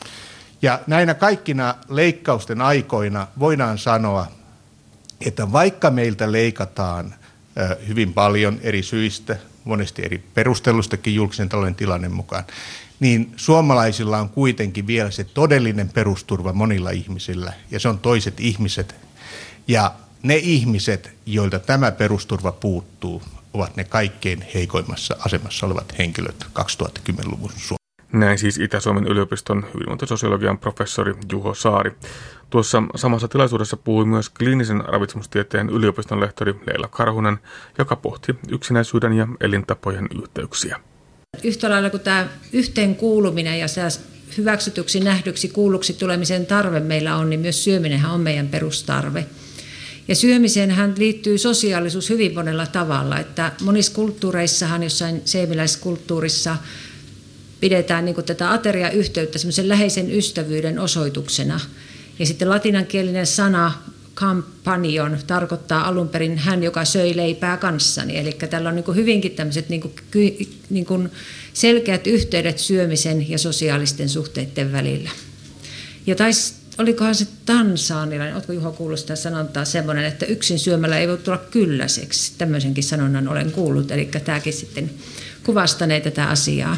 Speaker 6: Ja näinä kaikkina leikkausten aikoina voidaan sanoa, että vaikka meiltä leikataan hyvin paljon eri syistä, monesti eri perustelustakin julkisen talouden tilanne mukaan, niin suomalaisilla on kuitenkin vielä se todellinen perusturva monilla ihmisillä, ja se on toiset ihmiset. Ja ne ihmiset, joilta tämä perusturva puuttuu, ovat ne kaikkein heikoimmassa asemassa olevat henkilöt 2010-luvun Suomessa.
Speaker 2: Näin siis Itä-Suomen yliopiston hyvinvointisosiologian professori Juho Saari. Tuossa samassa tilaisuudessa puhui myös kliinisen ravitsemustieteen yliopiston lehtori Leila Karhunen, joka pohti yksinäisyyden ja elintapojen yhteyksiä.
Speaker 7: Yhtä lailla kuin tämä yhteenkuuluminen ja se hyväksytyksi, nähdyksi, kuulluksi tulemisen tarve meillä on, niin myös syöminenhän on meidän perustarve. Ja syömiseenhän liittyy sosiaalisuus hyvin monella tavalla, että monissa kulttuureissahan, jossain seemiläiskulttuurissa, pidetään niin kuin tätä ateriayhteyttä semmoisen läheisen ystävyyden osoituksena. Ja sitten latinankielinen sana companion tarkoittaa alun perin hän, joka söi leipää kanssani. Eli tällä on niin kuin hyvinkin tämmöiset niin kuin selkeät yhteydet syömisen ja sosiaalisten suhteiden välillä. Ja olikohan se tansaanilainen, oletko Juho kuullut sitä sanontaa semmoinen, että yksin syömällä ei voi tulla kylläiseksi. Tämmöisenkin sanonnan olen kuullut, eli tämäkin sitten kuvastanee tätä asiaa.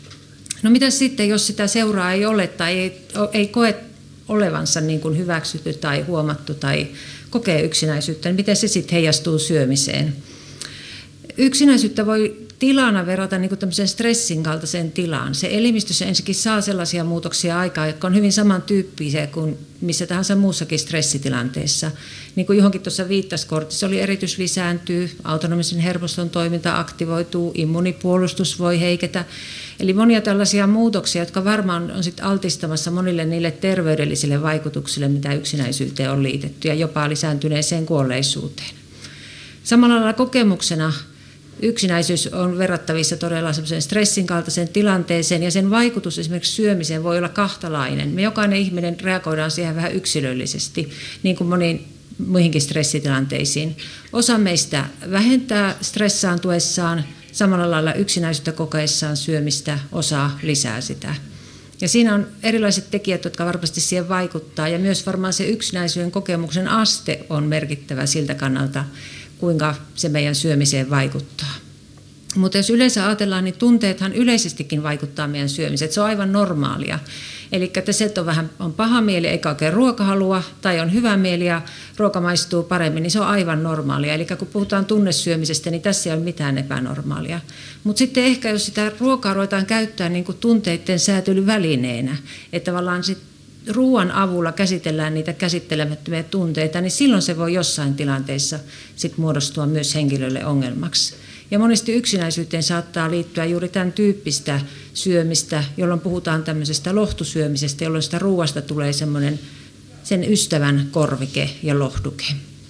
Speaker 7: No mitä sitten, jos sitä seuraa ei ole tai ei koe olevansa niin kuin hyväksytty tai huomattu tai kokee yksinäisyyttä, niin miten se sitten heijastuu syömiseen? Yksinäisyyttä voi tilana verrata niin kuin tämmöiseen stressin kaltaiseen tilaan. Se elimistössä ensinnäkin saa sellaisia muutoksia aikaa, jotka on hyvin samantyyppisiä kuin missä tahansa muussakin stressitilanteessa. Niin kuin johonkin tuossa viittasi, kortisolieritys lisääntyy, autonomisen hermoston toiminta aktivoituu, immunipuolustus voi heiketä. Eli monia tällaisia muutoksia, jotka varmaan on sit altistamassa monille niille terveydellisille vaikutuksille, mitä yksinäisyyteen on liitetty ja jopa lisääntyneeseen kuolleisuuteen. Samalla lailla kokemuksena yksinäisyys on verrattavissa todella semmoisen stressin kaltaiseen tilanteeseen ja sen vaikutus esimerkiksi syömiseen voi olla kahtalainen. Me jokainen ihminen reagoidaan siihen vähän yksilöllisesti, niin kuin moniin muihinkin stressitilanteisiin. Osa meistä vähentää stressaantuessaan, samalla lailla yksinäisyyttä kokeessaan syömistä, osa lisää sitä. Ja siinä on erilaiset tekijät, jotka varmasti siihen vaikuttaa ja myös varmaan se yksinäisyyden kokemuksen aste on merkittävä siltä kannalta, kuinka se meidän syömiseen vaikuttaa. Mutta jos yleensä ajatellaan, niin tunteethan yleisestikin vaikuttaa meidän syömiseen. Se on aivan normaalia. Eli että se, että on paha mieli eikä oikein ruokahalua tai on hyvä mieli ja ruoka maistuu paremmin, niin se on aivan normaalia. Eli kun puhutaan tunnesyömisestä, niin tässä ei ole mitään epänormaalia. Mutta sitten ehkä jos sitä ruokaa ruvetaan käyttää niin kuin tunteiden säätelyvälineenä, että tavallaan sit ruoan avulla käsitellään niitä käsittelemättömiä tunteita, niin silloin se voi jossain tilanteessa sit muodostua myös henkilölle ongelmaksi. Ja monesti yksinäisyyteen saattaa liittyä juuri tämän tyyppistä syömistä, jolloin puhutaan tämmöisestä lohtusyömisestä, jolloin sitä ruoasta tulee semmoinen sen ystävän korvike ja lohduke.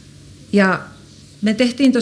Speaker 7: Ja me tehtiin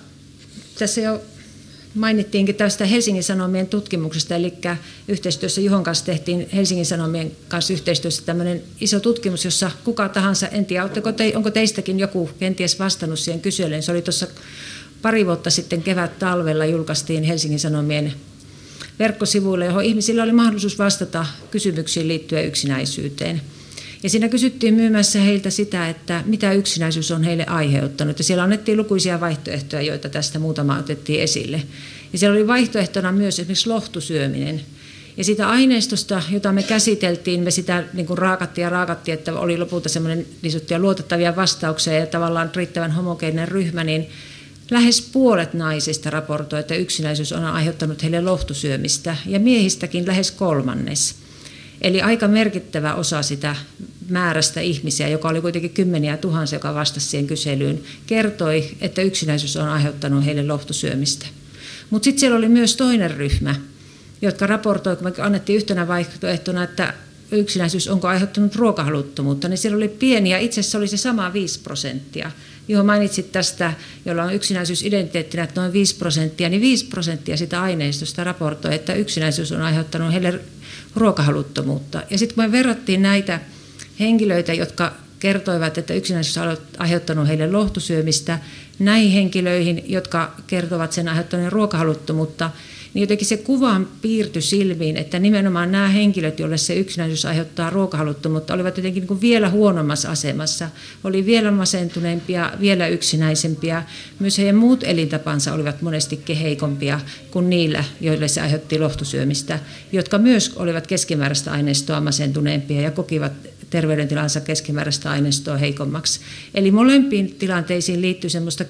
Speaker 7: tässä jo mainittiinkin tästä Helsingin Sanomien tutkimuksesta, eli yhteistyössä Juhon kanssa tehtiin Helsingin Sanomien kanssa yhteistyössä tämmöinen iso tutkimus, jossa kuka tahansa, en tiedä, onko teistäkin joku kenties vastannut siihen kyselyyn, se oli tuossa pari vuotta sitten kevät-talvella julkaistiin Helsingin Sanomien verkkosivuille, johon ihmisillä oli mahdollisuus vastata kysymyksiin liittyen yksinäisyyteen. Ja siinä kysyttiin myymässä heiltä sitä, että mitä yksinäisyys on heille aiheuttanut. Ja siellä annettiin lukuisia vaihtoehtoja, joita tästä muutama otettiin esille. Ja siellä oli vaihtoehtona myös esimerkiksi lohtusyöminen. Ja siitä aineistosta, jota me käsiteltiin, me sitä niin kuin raakattiin, että oli lopulta semmoinen niin sanottuja luotettavia vastauksia ja tavallaan riittävän homogeeninen ryhmä, niin lähes puolet naisista raportoi, että yksinäisyys on aiheuttanut heille lohtusyömistä ja miehistäkin lähes kolmannes. Eli aika merkittävä osa sitä määrästä ihmisiä, joka oli kuitenkin kymmeniä tuhansia, joka vastasi siihen kyselyyn, kertoi, että yksinäisyys on aiheuttanut heille lohtusyömistä. Mutta sitten siellä oli myös toinen ryhmä, jotka raportoi, kun me annettiin yhtenä vaihtoehtona, että yksinäisyys onko aiheuttanut ruokahaluttomuutta, niin siellä oli pieniä, itse asiassa oli se sama 5%. Johon mainitsit tästä, jolla on yksinäisyysidentiteettinä, että noin 5%, niin 5% sitä aineistosta raportoi, että yksinäisyys on aiheuttanut heille ruokahaluttomuutta. Ja sitten kun me verrattiin näitä henkilöitä, jotka kertoivat, että yksinäisyys on aiheuttanut heille lohtusyömistä, näihin henkilöihin, jotka kertovat sen aiheuttaneen ruokahaluttomuutta, niin jotenkin se kuva piirtyi silmiin, että nimenomaan nämä henkilöt, joille se yksinäisyys aiheuttaa ruokahaluttomuutta, olivat jotenkin niin kuin vielä huonommassa asemassa, oli vielä masentuneempia, vielä yksinäisempiä. Myös heidän muut elintapansa olivat monestikin heikompia kuin niillä, joille se aiheutti lohtusyömistä, jotka myös olivat keskimääräistä aineistoa masentuneempia ja kokivat terveydentilansa keskimääräistä aineistoa heikommaksi. Eli molempiin tilanteisiin liittyy semmoista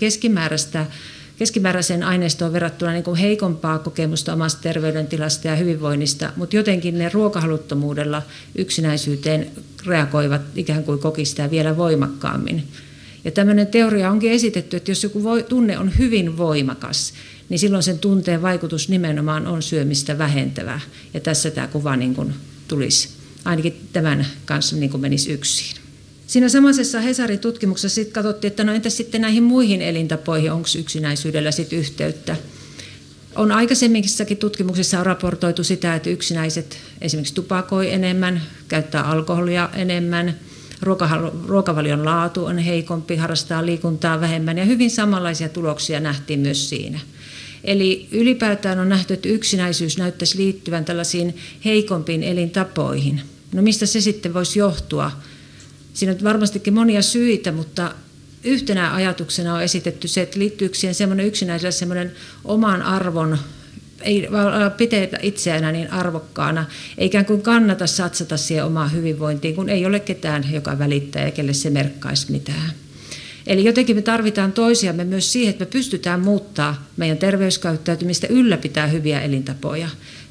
Speaker 7: keskimääräiseen aineistoon verrattuna niin kuin heikompaa kokemusta omasta terveydentilasta ja hyvinvoinnista, mutta jotenkin ne ruokahaluttomuudella yksinäisyyteen reagoivat ikään kuin koki sitä vielä voimakkaammin. Ja tämmöinen teoria onkin esitetty, että jos joku tunne on hyvin voimakas, niin silloin sen tunteen vaikutus nimenomaan on syömistä vähentävä. Ja tässä tämä kuva niin kuin tulisi, ainakin tämän kanssa niin kuin menisi yksin. Siinä samaisessa Hesarin tutkimuksessa sitten katsottiin, että no entäs sitten näihin muihin elintapoihin, onko yksinäisyydellä sitten yhteyttä. On aikaisemmissakin tutkimuksissa on raportoitu sitä, että yksinäiset esimerkiksi tupakoi enemmän, käyttää alkoholia enemmän, ruokavalion laatu on heikompi, harrastaa liikuntaa vähemmän ja hyvin samanlaisia tuloksia nähtiin myös siinä. Eli ylipäätään on nähty, että yksinäisyys näyttäisi liittyvän tällaisiin heikompiin elintapoihin. No mistä se sitten voisi johtua? Siinä on varmastikin monia syitä, mutta yhtenä ajatuksena on esitetty se, että liittyykö siihen semmoinen yksinäisellä semmoinen oman arvon, ei pidetä itseään niin arvokkaana, ei ikään kuin kannata satsata siihen omaan hyvinvointiin, kun ei ole ketään, joka välittää ja kelle se merkkaisi mitään. Eli jotenkin me tarvitaan toisiamme myös siihen, että me pystytään muuttaa meidän terveyskäyttäytymistä, ylläpitää hyviä elintapoja.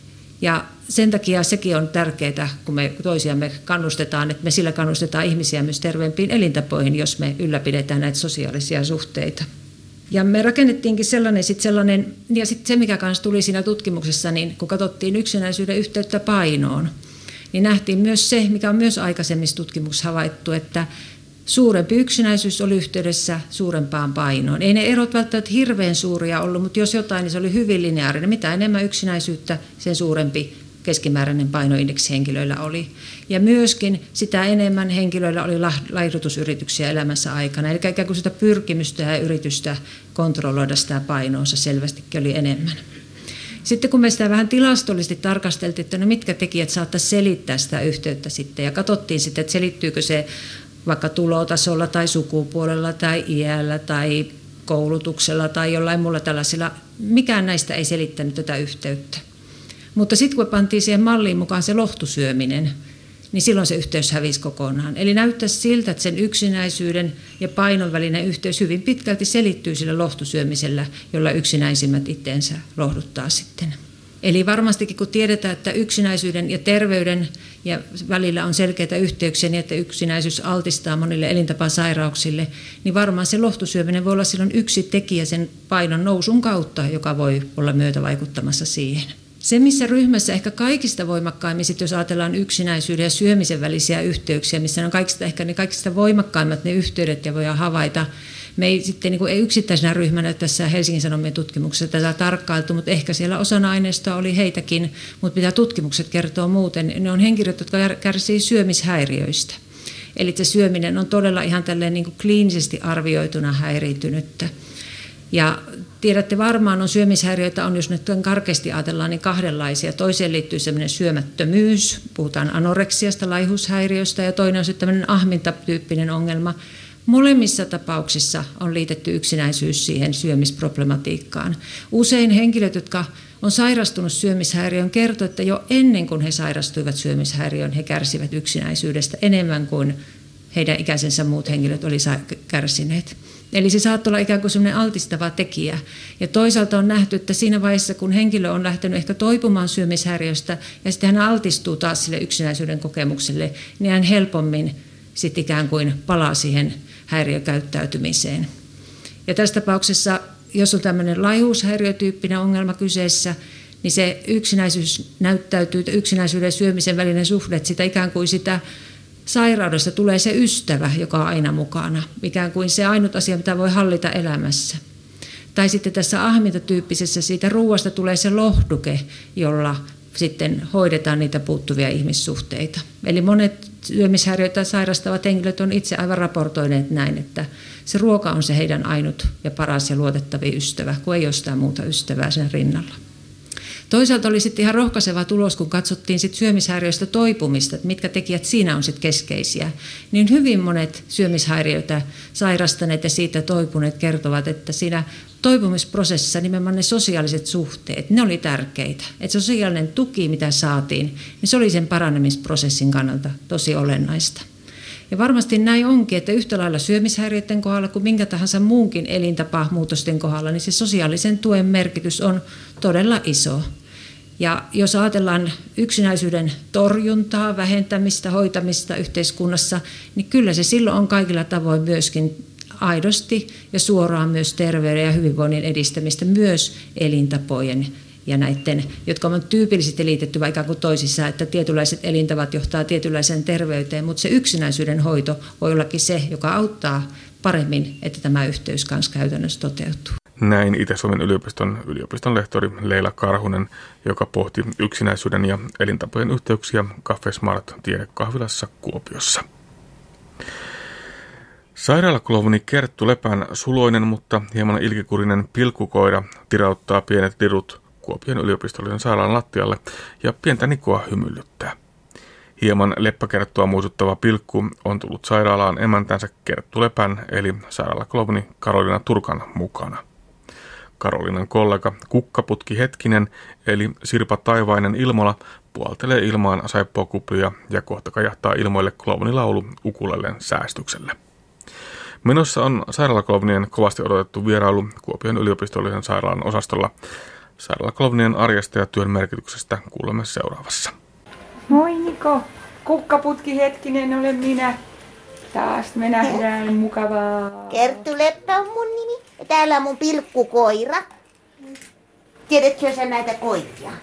Speaker 7: Ja sen takia sekin on tärkeää, kun me toisiamme kannustetaan, että me sillä kannustetaan ihmisiä myös terveempiin elintapoihin, jos me ylläpidetään näitä sosiaalisia suhteita. Ja me rakennettiinkin sellainen, ja sitten se mikä kanssa tuli siinä tutkimuksessa, niin kun katsottiin yksinäisyyden yhteyttä painoon, niin nähtiin myös se, mikä on myös aikaisemmissa tutkimuksissa havaittu, että suurempi yksinäisyys oli yhteydessä suurempaan painoon. Ei ne erot välttämättä hirveän suuria ollut, mutta jos jotain, niin se oli hyvin lineaarinen. Mitä enemmän yksinäisyyttä, sen suurempi keskimääräinen painoindeksi henkilöillä oli. Ja myöskin sitä enemmän henkilöillä oli laihdutusyrityksiä elämänsä aikana. Eli ikään kuin sitä pyrkimystä ja yritystä kontrolloida sitä painoonsa selvästikin oli enemmän. Sitten kun me sitä vähän tilastollisesti tarkasteltiin, että no mitkä tekijät saattaisi selittää sitä yhteyttä sitten, ja katsottiin sitten, että selittyykö se vaikka tulotasolla tai sukupuolella tai iällä tai koulutuksella tai jollain muulla tällaisilla, mikään näistä ei selittänyt tätä yhteyttä. Mutta sitten kun pantiin siihen malliin mukaan se lohtusyöminen, niin silloin se yhteys hävisi kokonaan. Eli näyttäisi siltä, että sen yksinäisyyden ja painon välinen yhteys hyvin pitkälti selittyy sillä lohtusyömisellä, jolla yksinäisimmät itteensä lohduttaa sitten. Eli varmastikin kun tiedetään, että yksinäisyyden ja terveyden ja välillä on selkeitä yhteyksiä niin, että yksinäisyys altistaa monille elintapasairauksille, niin varmaan se lohtusyöminen voi olla silloin yksi tekijä sen painon nousun kautta, joka voi olla myötävaikuttamassa siihen. Se, missä ryhmässä ehkä kaikista voimakkaimmin, jos ajatellaan yksinäisyyden ja syömisen välisiä yhteyksiä, missä on ehkä ne kaikista voimakkaimmat ne yhteydet ja voidaan havaita. Me ei sitten ei yksittäisenä ryhmänä tässä Helsingin Sanomien tutkimuksessa tätä tarkkailtu, mutta ehkä siellä osana aineistoa oli heitäkin, mutta mitä tutkimukset kertoo muuten, ne on henkilöt, jotka kärsii syömishäiriöistä. Eli se syöminen on todella ihan tälleen niin kuin kliinisesti arvioituna häiriintynyttä. Ja tiedätte varmaan, on syömishäiriöitä, on jos nyt karkeasti ajatellaan, niin kahdenlaisia. Toiseen liittyy sellainen syömättömyys, puhutaan anoreksiasta, laihushäiriöstä, ja toinen on sitten tämmöinen ahmintatyyppinen ongelma. Molemmissa tapauksissa on liitetty yksinäisyys siihen syömisproblematiikkaan. Usein henkilöt, jotka on sairastunut syömishäiriöön, kertoo, että jo ennen kuin he sairastuivat syömishäiriöön, he kärsivät yksinäisyydestä enemmän kuin heidän ikäisensä muut henkilöt oli kärsineet. Eli se saattaa olla ikään kuin sellainen altistava tekijä. Ja toisaalta on nähty, että siinä vaiheessa, kun henkilö on lähtenyt ehkä toipumaan syömishäiriöstä ja sitten hän altistuu taas sille yksinäisyyden kokemukselle, niin hän helpommin sitten ikään kuin palaa siihen häiriökäyttäytymiseen. Ja tässä tapauksessa, jos on tämmöinen laihuushäiriötyyppinen ongelma kyseessä, niin se yksinäisyys näyttäytyy, yksinäisyyden ja syömisen välinen suhde, että sitä ikään kuin sitä sairaudesta tulee se ystävä, joka on aina mukana, ikään kuin se ainut asia, mitä voi hallita elämässä. Tai sitten tässä ahmintatyyppisessä siitä ruuasta tulee se lohduke, jolla sitten hoidetaan niitä puuttuvia ihmissuhteita. Eli monet syömishäiriöitä sairastavat henkilöt on itse aivan raportoineet näin, että se ruoka on se heidän ainut ja paras ja luotettavin ystävä, kun ei ole sitä muuta ystävää sen rinnalla. Toisaalta oli sitten ihan rohkaiseva tulos, kun katsottiin sit syömishäiriöistä toipumista, että mitkä tekijät siinä on sitten keskeisiä. Niin hyvin monet syömishäiriöitä sairastaneet ja siitä toipuneet kertovat, että siinä toipumisprosessissa nimenomaan ne sosiaaliset suhteet, ne oli tärkeitä. Että sosiaalinen tuki, mitä saatiin, niin se oli sen paranemisprosessin kannalta tosi olennaista. Ja varmasti näin onkin, että yhtä lailla syömishäiriöiden kohdalla kuin minkä tahansa muunkin elintapamuutosten kohdalla, niin se sosiaalisen tuen merkitys on todella iso. Ja jos ajatellaan yksinäisyyden torjuntaa, vähentämistä, hoitamista yhteiskunnassa, niin kyllä se silloin on kaikilla tavoin myöskin aidosti ja suoraan myös terveyden ja hyvinvoinnin edistämistä, myös elintapojen ja näiden, jotka on tyypillisesti liitetty vaikka kuin toisissa, että tietynlaiset elintavat johtaa tietynlaiseen terveyteen, mutta se yksinäisyyden hoito voi ollakin se, joka auttaa paremmin, että tämä yhteys kanssa käytännössä toteutuu.
Speaker 2: Näin Itä-Suomen yliopiston lehtori Leila Karhunen, joka pohti yksinäisyyden ja elintapojen yhteyksiä Cafe Smart tiedekahvilassa Kuopiossa. Sairaalaklouvani Kerttu Lepän suloinen, mutta hieman ilkikurinen pilkkukoira tirauttaa pienet dirut Kuopion yliopistollisen sairaalan lattialle ja pientä Nikoa hymyllyttää. Hieman leppäkerttua muistuttava pilkku on tullut sairaalaan emäntänsä Kerttu Lepän eli sairaalaklouvani Karoliina Turkan mukana. Karoliinan kollega Kukkaputki Hetkinen eli Sirpa Taivainen Ilmola puhaltelee ilmaan saippuakuplia ja kohta kajahtaa ilmoille klouvanilaulu ukulelen säästykselle. Menossa on sairaalaklownien kovasti odotettu vierailu Kuopion yliopistollisen sairaalan osastolla. Sairaalaklownien arjesta ja työn merkityksestä kuulemme seuraavassa.
Speaker 8: Moi Niko, kukkaputki hetkinen olen minä. Taas me nähdään, mukavaa.
Speaker 9: Kerttu Leppä on mun nimi. Ja täällä on mun pilkkukoira. Tiedätkö sä näitä koiria?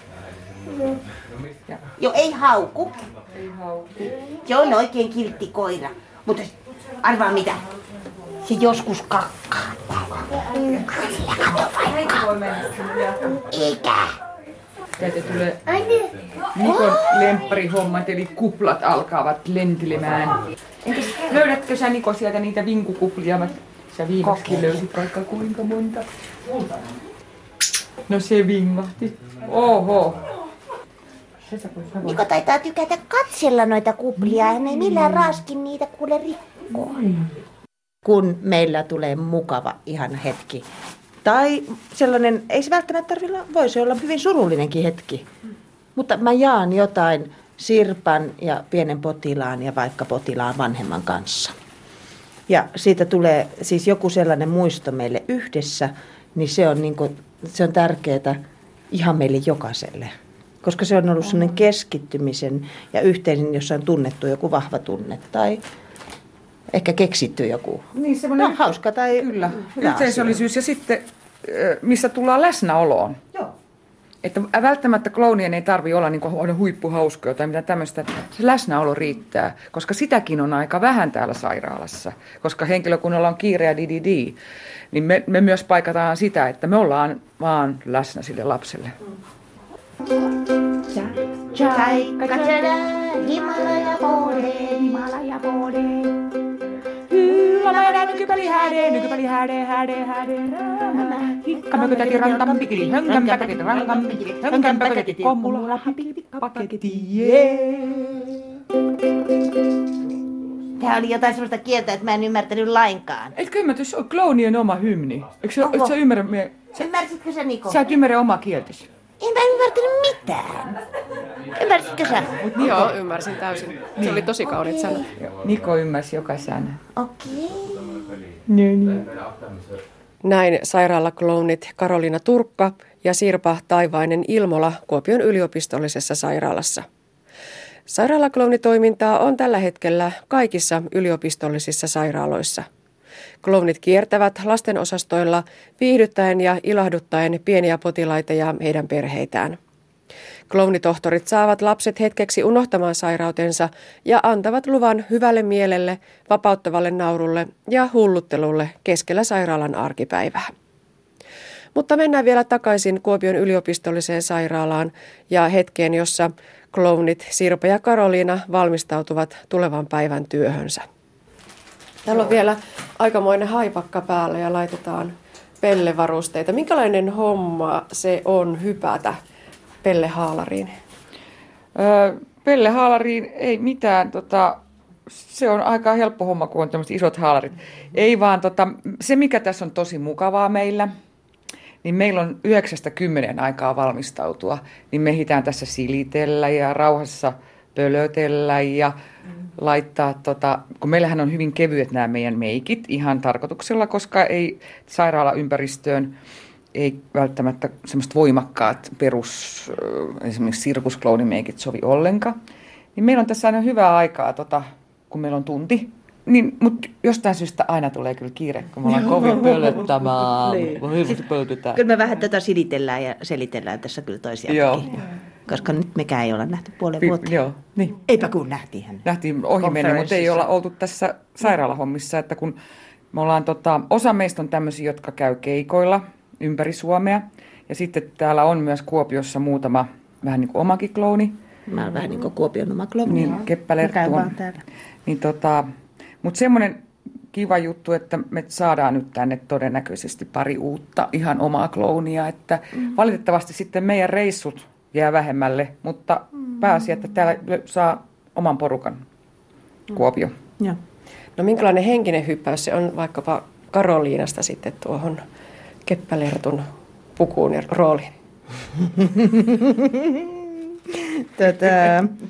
Speaker 9: Joo, ei hauku. Se on oikein kiltti koira. Mutta arvaa mitä? Se joskus kakkaa. Kato vaikka. Eikä.
Speaker 8: Täältä tulee Nikon lempparihommat, eli kuplat alkavat lentelemään. Löydätkö sä Niko sieltä niitä vinkukuplia? Sä viimeksi löysit vaikka kuinka monta. No se vingahti. Oho.
Speaker 9: Niko taitaa tykätä katsella noita kuplia. Hän ei millään raaskin niitä kuule rikkoa.
Speaker 10: Kun meillä tulee mukava ihan hetki. Tai sellainen, ei se välttämättä voisi olla hyvin surullinenkin hetki. Mutta mä jaan jotain Sirpan ja pienen potilaan ja vaikka potilaan vanhemman kanssa. Ja siitä tulee siis joku sellainen muisto meille yhdessä, niin se on tärkeää ihan meille jokaiselle. Koska se on ollut sellainen keskittymisen ja yhteisen, jossa on tunnettu joku vahva tunne tai ehkä keksitty joku
Speaker 8: niin, semmoinen
Speaker 10: hauska tai
Speaker 8: kyllä, yhteisöllisyys ja sitten missä tullaan läsnäoloon.
Speaker 10: Joo.
Speaker 8: Että välttämättä klownien ei tarvitse olla niin kuin huippuhauskoja tai mitään tämmöistä. Se läsnäolo riittää, koska sitäkin on aika vähän täällä sairaalassa. Koska henkilökunnalla on kiire ja dididi, niin me myös paikataan sitä, että me ollaan vaan läsnä sille lapselle. Nykypäli häde, hikkamme täti rankan pikili, hönkämpä täti rankan pikili, hönkämpä täti kommulla, paketti,
Speaker 9: Tää oli jotain sellaista kieltä, että mä en ymmärtänyt lainkaan.
Speaker 8: Etkö ymmärrä, se on klownien oma hymni? Eikö sä ymmärrä?
Speaker 9: Ymmärsitkö sä, Niko?
Speaker 8: Sä et ymmärrä omaa kieltäsi.
Speaker 9: En mä ymmärtänyt mitään. Ymmärsitkö sä?
Speaker 3: Joo, ymmärsin täysin. Se oli tosi kauniit sanat.
Speaker 8: Niko ymmärsi joka sana.
Speaker 9: Okei.
Speaker 8: Niin.
Speaker 3: Näin sairaalaklownit Karoliina Turkka ja Sirpa Taivainen Ilmola Kuopion yliopistollisessa sairaalassa. Sairaalaklownitoimintaa on tällä hetkellä kaikissa yliopistollisissa sairaaloissa. Klownit kiertävät lastenosastoilla viihdyttäen ja ilahduttaen pieniä potilaita ja heidän perheitään. Klownitohtorit saavat lapset hetkeksi unohtamaan sairautensa ja antavat luvan hyvälle mielelle, vapauttavalle naurulle ja hulluttelulle keskellä sairaalan arkipäivää. Mutta mennään vielä takaisin Kuopion yliopistolliseen sairaalaan ja hetkeen, jossa klownit Sirpa ja Karoliina valmistautuvat tulevan päivän työhönsä. Täällä on vielä aikamoinen haipakka päällä ja laitetaan pellevarusteita. Minkälainen homma se on hypätä pellehaalariin?
Speaker 8: Pellehaalariin ei mitään. Se on aika helppo homma, kun on tämmöiset isot haalarit. Ei vaan, se mikä tässä on tosi mukavaa meillä, niin meillä on 9-10 aikaa valmistautua. Niin me ehditään tässä silitellä ja rauhassa pölötellä ja laittaa, kun meillähän on hyvin kevyet nämä meidän meikit ihan tarkoituksella, koska ei sairaalaympäristöön ei välttämättä semmoista voimakkaat perus, esimerkiksi sirkusklounimeikit sovi ollenkaan. Niin meillä on tässä aina hyvää aikaa, kun meillä on tunti. Niin, mutta jostain syystä aina tulee kyllä kiire, kun me ollaan kovin pölöttämään.
Speaker 10: Kyllä me vähän tätä silitellään ja selitellään tässä kyllä toisiakin. Koska nyt mekään ei olla nähty puolen vuotta.
Speaker 8: Joo, niin.
Speaker 10: Eipä kun nähtiin.
Speaker 8: Nähtiin ohi mennä, mutta ei olla oltu tässä sairaalahommissa. Että kun me ollaan, osa meistä on tämmöisiä, jotka käy keikoilla ympäri Suomea. Ja sitten täällä on myös Kuopiossa muutama vähän niin kuin omakin klouni.
Speaker 10: Mä oon vähän niin kuin Kuopion oma klouni.
Speaker 8: Niin, Keppälerttu on. Niin, mutta semmoinen kiva juttu, että me saadaan nyt tänne todennäköisesti pari uutta ihan omaa kloonia. Että valitettavasti sitten meidän reissut jää vähemmälle, mutta pääasia, että täällä saa oman porukan Kuopio.
Speaker 10: Joo.
Speaker 3: No minkälainen henkinen hyppäys se on vaikkapa Karoliinasta sitten tuohon Keppälertun pukuun ja rooliin?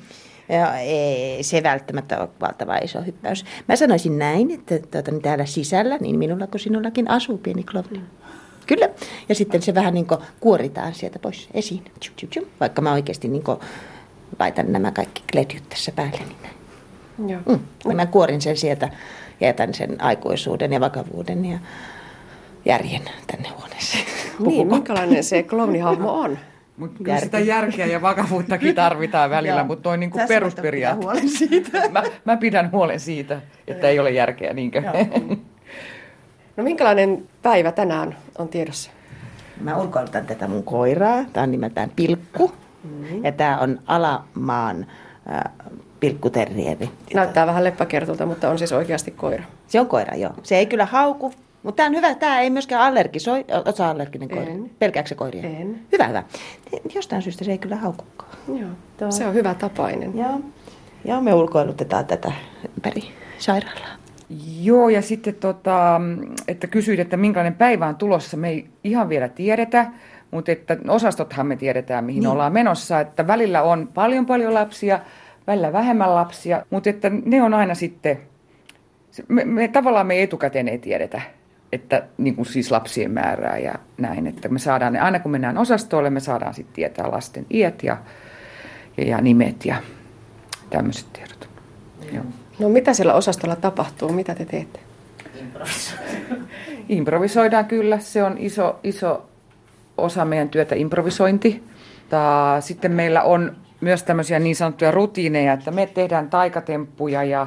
Speaker 10: Ja ei se välttämättä ole valtava iso hyppäys. Mä sanoisin näin, että täällä sisällä, niin minulla kuin sinullakin, asuu pieni klovni. Kyllä. Ja sitten se vähän niin kuin kuoritaan sieltä pois esiin. Vaikka mä oikeasti niin kuin laitan nämä kaikki kledjut tässä päälle. Niin joo. Mä kuorin sen sieltä ja jätän sen aikuisuuden ja vakavuuden ja järjen tänne huoneeseen.
Speaker 3: Niin, minkälainen se klovnihahmo on?
Speaker 8: Kyllä sitä järkeä ja vakavuuttakin tarvitaan välillä, mutta noin niin kuin perusperiaate. Mä pidän huolen siitä, että ei ole järkeä, niinkö?
Speaker 3: No minkälainen päivä tänään on tiedossa?
Speaker 10: Mä ulkoilutan tätä mun koiraa. Tämä on nimeltään Pilkku. Ja tämä on Alamaan pilkkuterrieri.
Speaker 3: Näyttää vähän leppäkertulta, mutta on siis oikeasti koira.
Speaker 10: Se on koira, joo. Se ei kyllä hauku, mutta tämä on hyvä. Tämä ei myöskään allergisoi. Oletko allerginen koira? Pelkääkö se koiria?
Speaker 3: En.
Speaker 10: Hyvä. Jostain syystä se ei kyllä haukukaan.
Speaker 3: Joo, se on hyvä tapainen.
Speaker 10: Joo, me ulkoilutetaan tätä ympäri sairaalaa.
Speaker 8: Joo, ja sitten että kysyit, että minkälainen päivä on tulossa, me ei ihan vielä tiedetä, mutta että osastothan me tiedetään, mihin ollaan menossa, että välillä on paljon lapsia, välillä vähemmän lapsia, mutta että ne on aina sitten, tavallaan me etukäteen ei tiedetä, että niin kuin siis lapsien määrää ja näin, että me saadaan ne, aina kun mennään osastolle, me saadaan sitten tietää lasten iät ja nimet ja tämmöiset tiedot. Joo.
Speaker 3: No mitä siellä osastolla tapahtuu? Mitä te teette?
Speaker 8: Improvisoidaan kyllä. Se on iso osa meidän työtä, improvisointi. Sitten meillä on myös tämmöisiä niin sanottuja rutiineja, että me tehdään taikatemppuja ja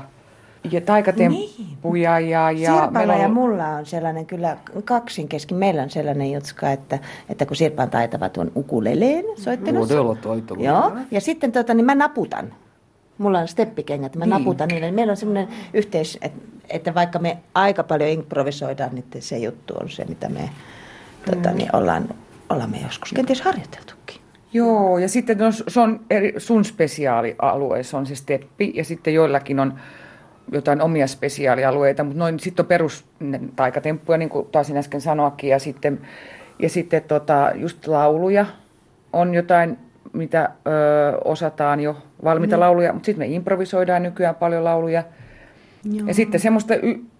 Speaker 10: Sirpalla ja mulla on sellainen kyllä kaksin kesken. Meillä on sellainen jutska, että kun Sirpa on taitava tuon ukuleleen soittelussa.
Speaker 11: Todella taitava.
Speaker 10: Joo, ja sitten niin mä naputan. Mulla on steppikengät, mä naputan niille. Meillä on semmoinen yhteis, että vaikka me aika paljon improvisoidaan, niin se juttu on se, mitä me niin ollaan me joskus kenties harjoiteltukin.
Speaker 8: Joo, ja sitten se on sun spesiaalialue, se on se steppi, ja sitten joillakin on jotain omia spesiaalialueita, mutta noin sitten on perustaikatemppuja, niin kuin taisin äsken sanoakin, ja sitten just lauluja on jotain, mitä osataan jo, valmiita lauluja, mutta sitten me improvisoidaan nykyään paljon lauluja. Joo. Ja sitten semmoista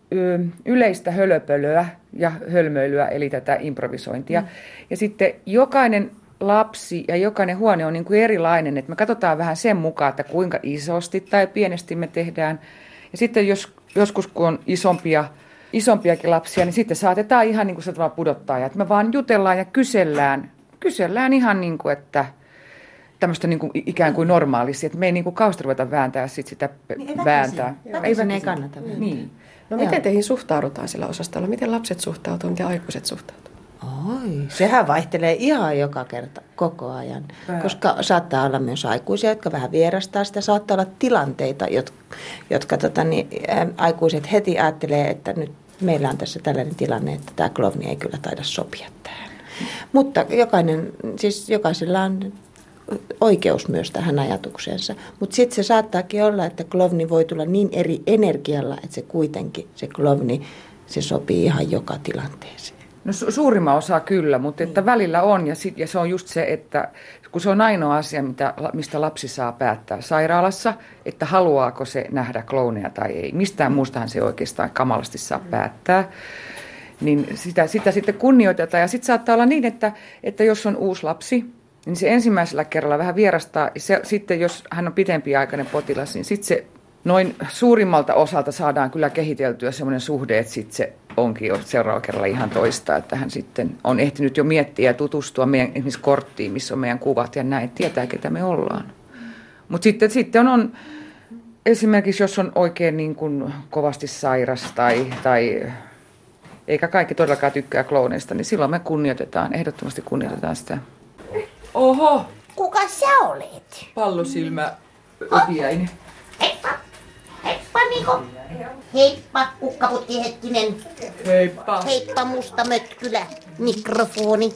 Speaker 8: yleistä hölöpölöä ja hölmöilyä, eli tätä improvisointia. Ja sitten jokainen lapsi ja jokainen huone on niin kuin erilainen, että me katsotaan vähän sen mukaan, että kuinka isosti tai pienesti me tehdään. Ja sitten joskus, kun on isompiakin lapsia, niin sitten saatetaan ihan niin kuin se pudottaa. Ja että me vaan jutellaan ja kysellään ihan niin kuin, että tämmöistä niin kuin ikään kuin normaalisti, että me ei niin kuin kauheasti ruveta vääntää sitä vääntää.
Speaker 10: Ei kannata.
Speaker 8: Niin.
Speaker 3: No miten teihin suhtaudutaan sillä osastolla? Miten lapset suhtautuu, miten aikuiset suhtautuu?
Speaker 10: Sehän vaihtelee ihan joka kerta, koko ajan. Koska saattaa olla myös aikuisia, jotka vähän vierastaa sitä. Saattaa olla tilanteita, jotka aikuiset heti ajattelee, että nyt meillä on tässä tällainen tilanne, että tämä klovni ei kyllä taida sopia tähän. Mutta jokaisella on oikeus myös tähän ajatukseensa. Mutta sitten se saattaakin olla, että klovni voi tulla niin eri energialla, että se kuitenkin, se klovni, se sopii ihan joka tilanteeseen.
Speaker 8: No suurimman osa kyllä, mutta että välillä on ja se on just se, että kun se on ainoa asia, mistä lapsi saa päättää sairaalassa, että haluaako se nähdä klooneja tai ei. Mistään muustahan se oikeastaan kamalasti saa päättää. Niin sitä sitten kunnioitetaan ja sitten saattaa olla niin, että jos on uusi lapsi, niin se ensimmäisellä kerralla vähän vierastaa. Sitten jos hän on pitempiaikainen potilas, niin sitten se noin suurimmalta osalta saadaan kyllä kehiteltyä semmoinen suhde, että sitten se onkin jo seuraavalla kerralla ihan toista, että hän sitten on ehtinyt jo miettiä ja tutustua meidän esimerkiksi korttiin, missä on meidän kuvat ja näin, tietää ketä me ollaan. Mutta sitten on esimerkiksi, jos on oikein niin kuin kovasti sairas tai eikä kaikki todellakaan tykkää klooneista, niin silloin me ehdottomasti kunnioitetaan sitä. Oho!
Speaker 9: Kuka sä olet?
Speaker 8: Pallosilmä öpiäinen.
Speaker 9: Heippa Niko. Heippa kukkaputti hetkinen. Heippa musta mötkylä. Mikrofoni.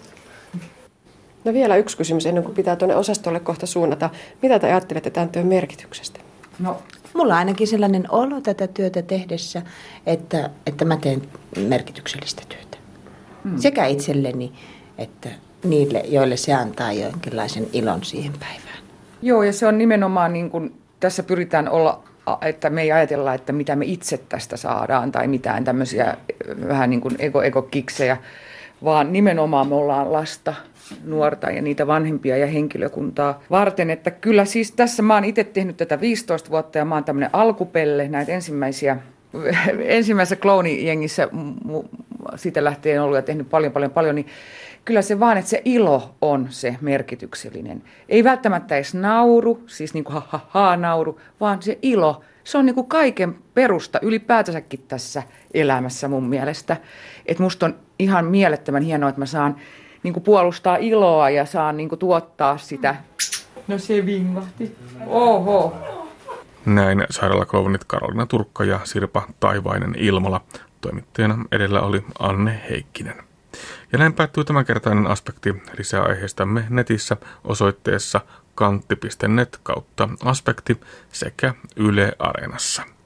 Speaker 3: No vielä yksi kysymys ennen kuin pitää tuonne osastolle kohta suunnata. Mitä te ajattelette tämän työn merkityksestä?
Speaker 10: No, mulla on ainakin sellainen olo tätä työtä tehdessä, että mä teen merkityksellistä työtä. Sekä itselleni että niille, joille se antaa jonkinlaisen ilon siihen päivään.
Speaker 8: Joo, ja se on nimenomaan niin kuin tässä pyritään olla, että me ei ajatella, että mitä me itse tästä saadaan tai mitään tämmöisiä vähän niin kuin ego-kiksejä, vaan nimenomaan me ollaan lasta, nuorta ja niitä vanhempia ja henkilökuntaa varten. Että kyllä siis tässä mä oon itse tehnyt tätä 15 vuotta ja mä oon tämmöinen alkupelle näitä ensimmäisessä kloonijengissä siitä lähtien ollut ja tehnyt paljon, niin kyllä se vaan, että se ilo on se merkityksellinen. Ei välttämättä edes nauru, siis niin kuin nauru, vaan se ilo, se on niin kuin kaiken perusta ylipäätänsäkin tässä elämässä mun mielestä. Että musta on ihan mielettömän hienoa, että mä saan niin kuin puolustaa iloa ja saan niin kuin tuottaa sitä. No se vingahti. Oho.
Speaker 2: Näin sairaalaklounit Karolina Turkka ja Sirpa Taivainen Ilmola. Toimittajana edellä oli Anne Heikkinen. Ja näin päättyy tämänkertainen aspekti. Lisää aiheistamme netissä osoitteessa kantti.net/aspekti sekä Yle Areenassa.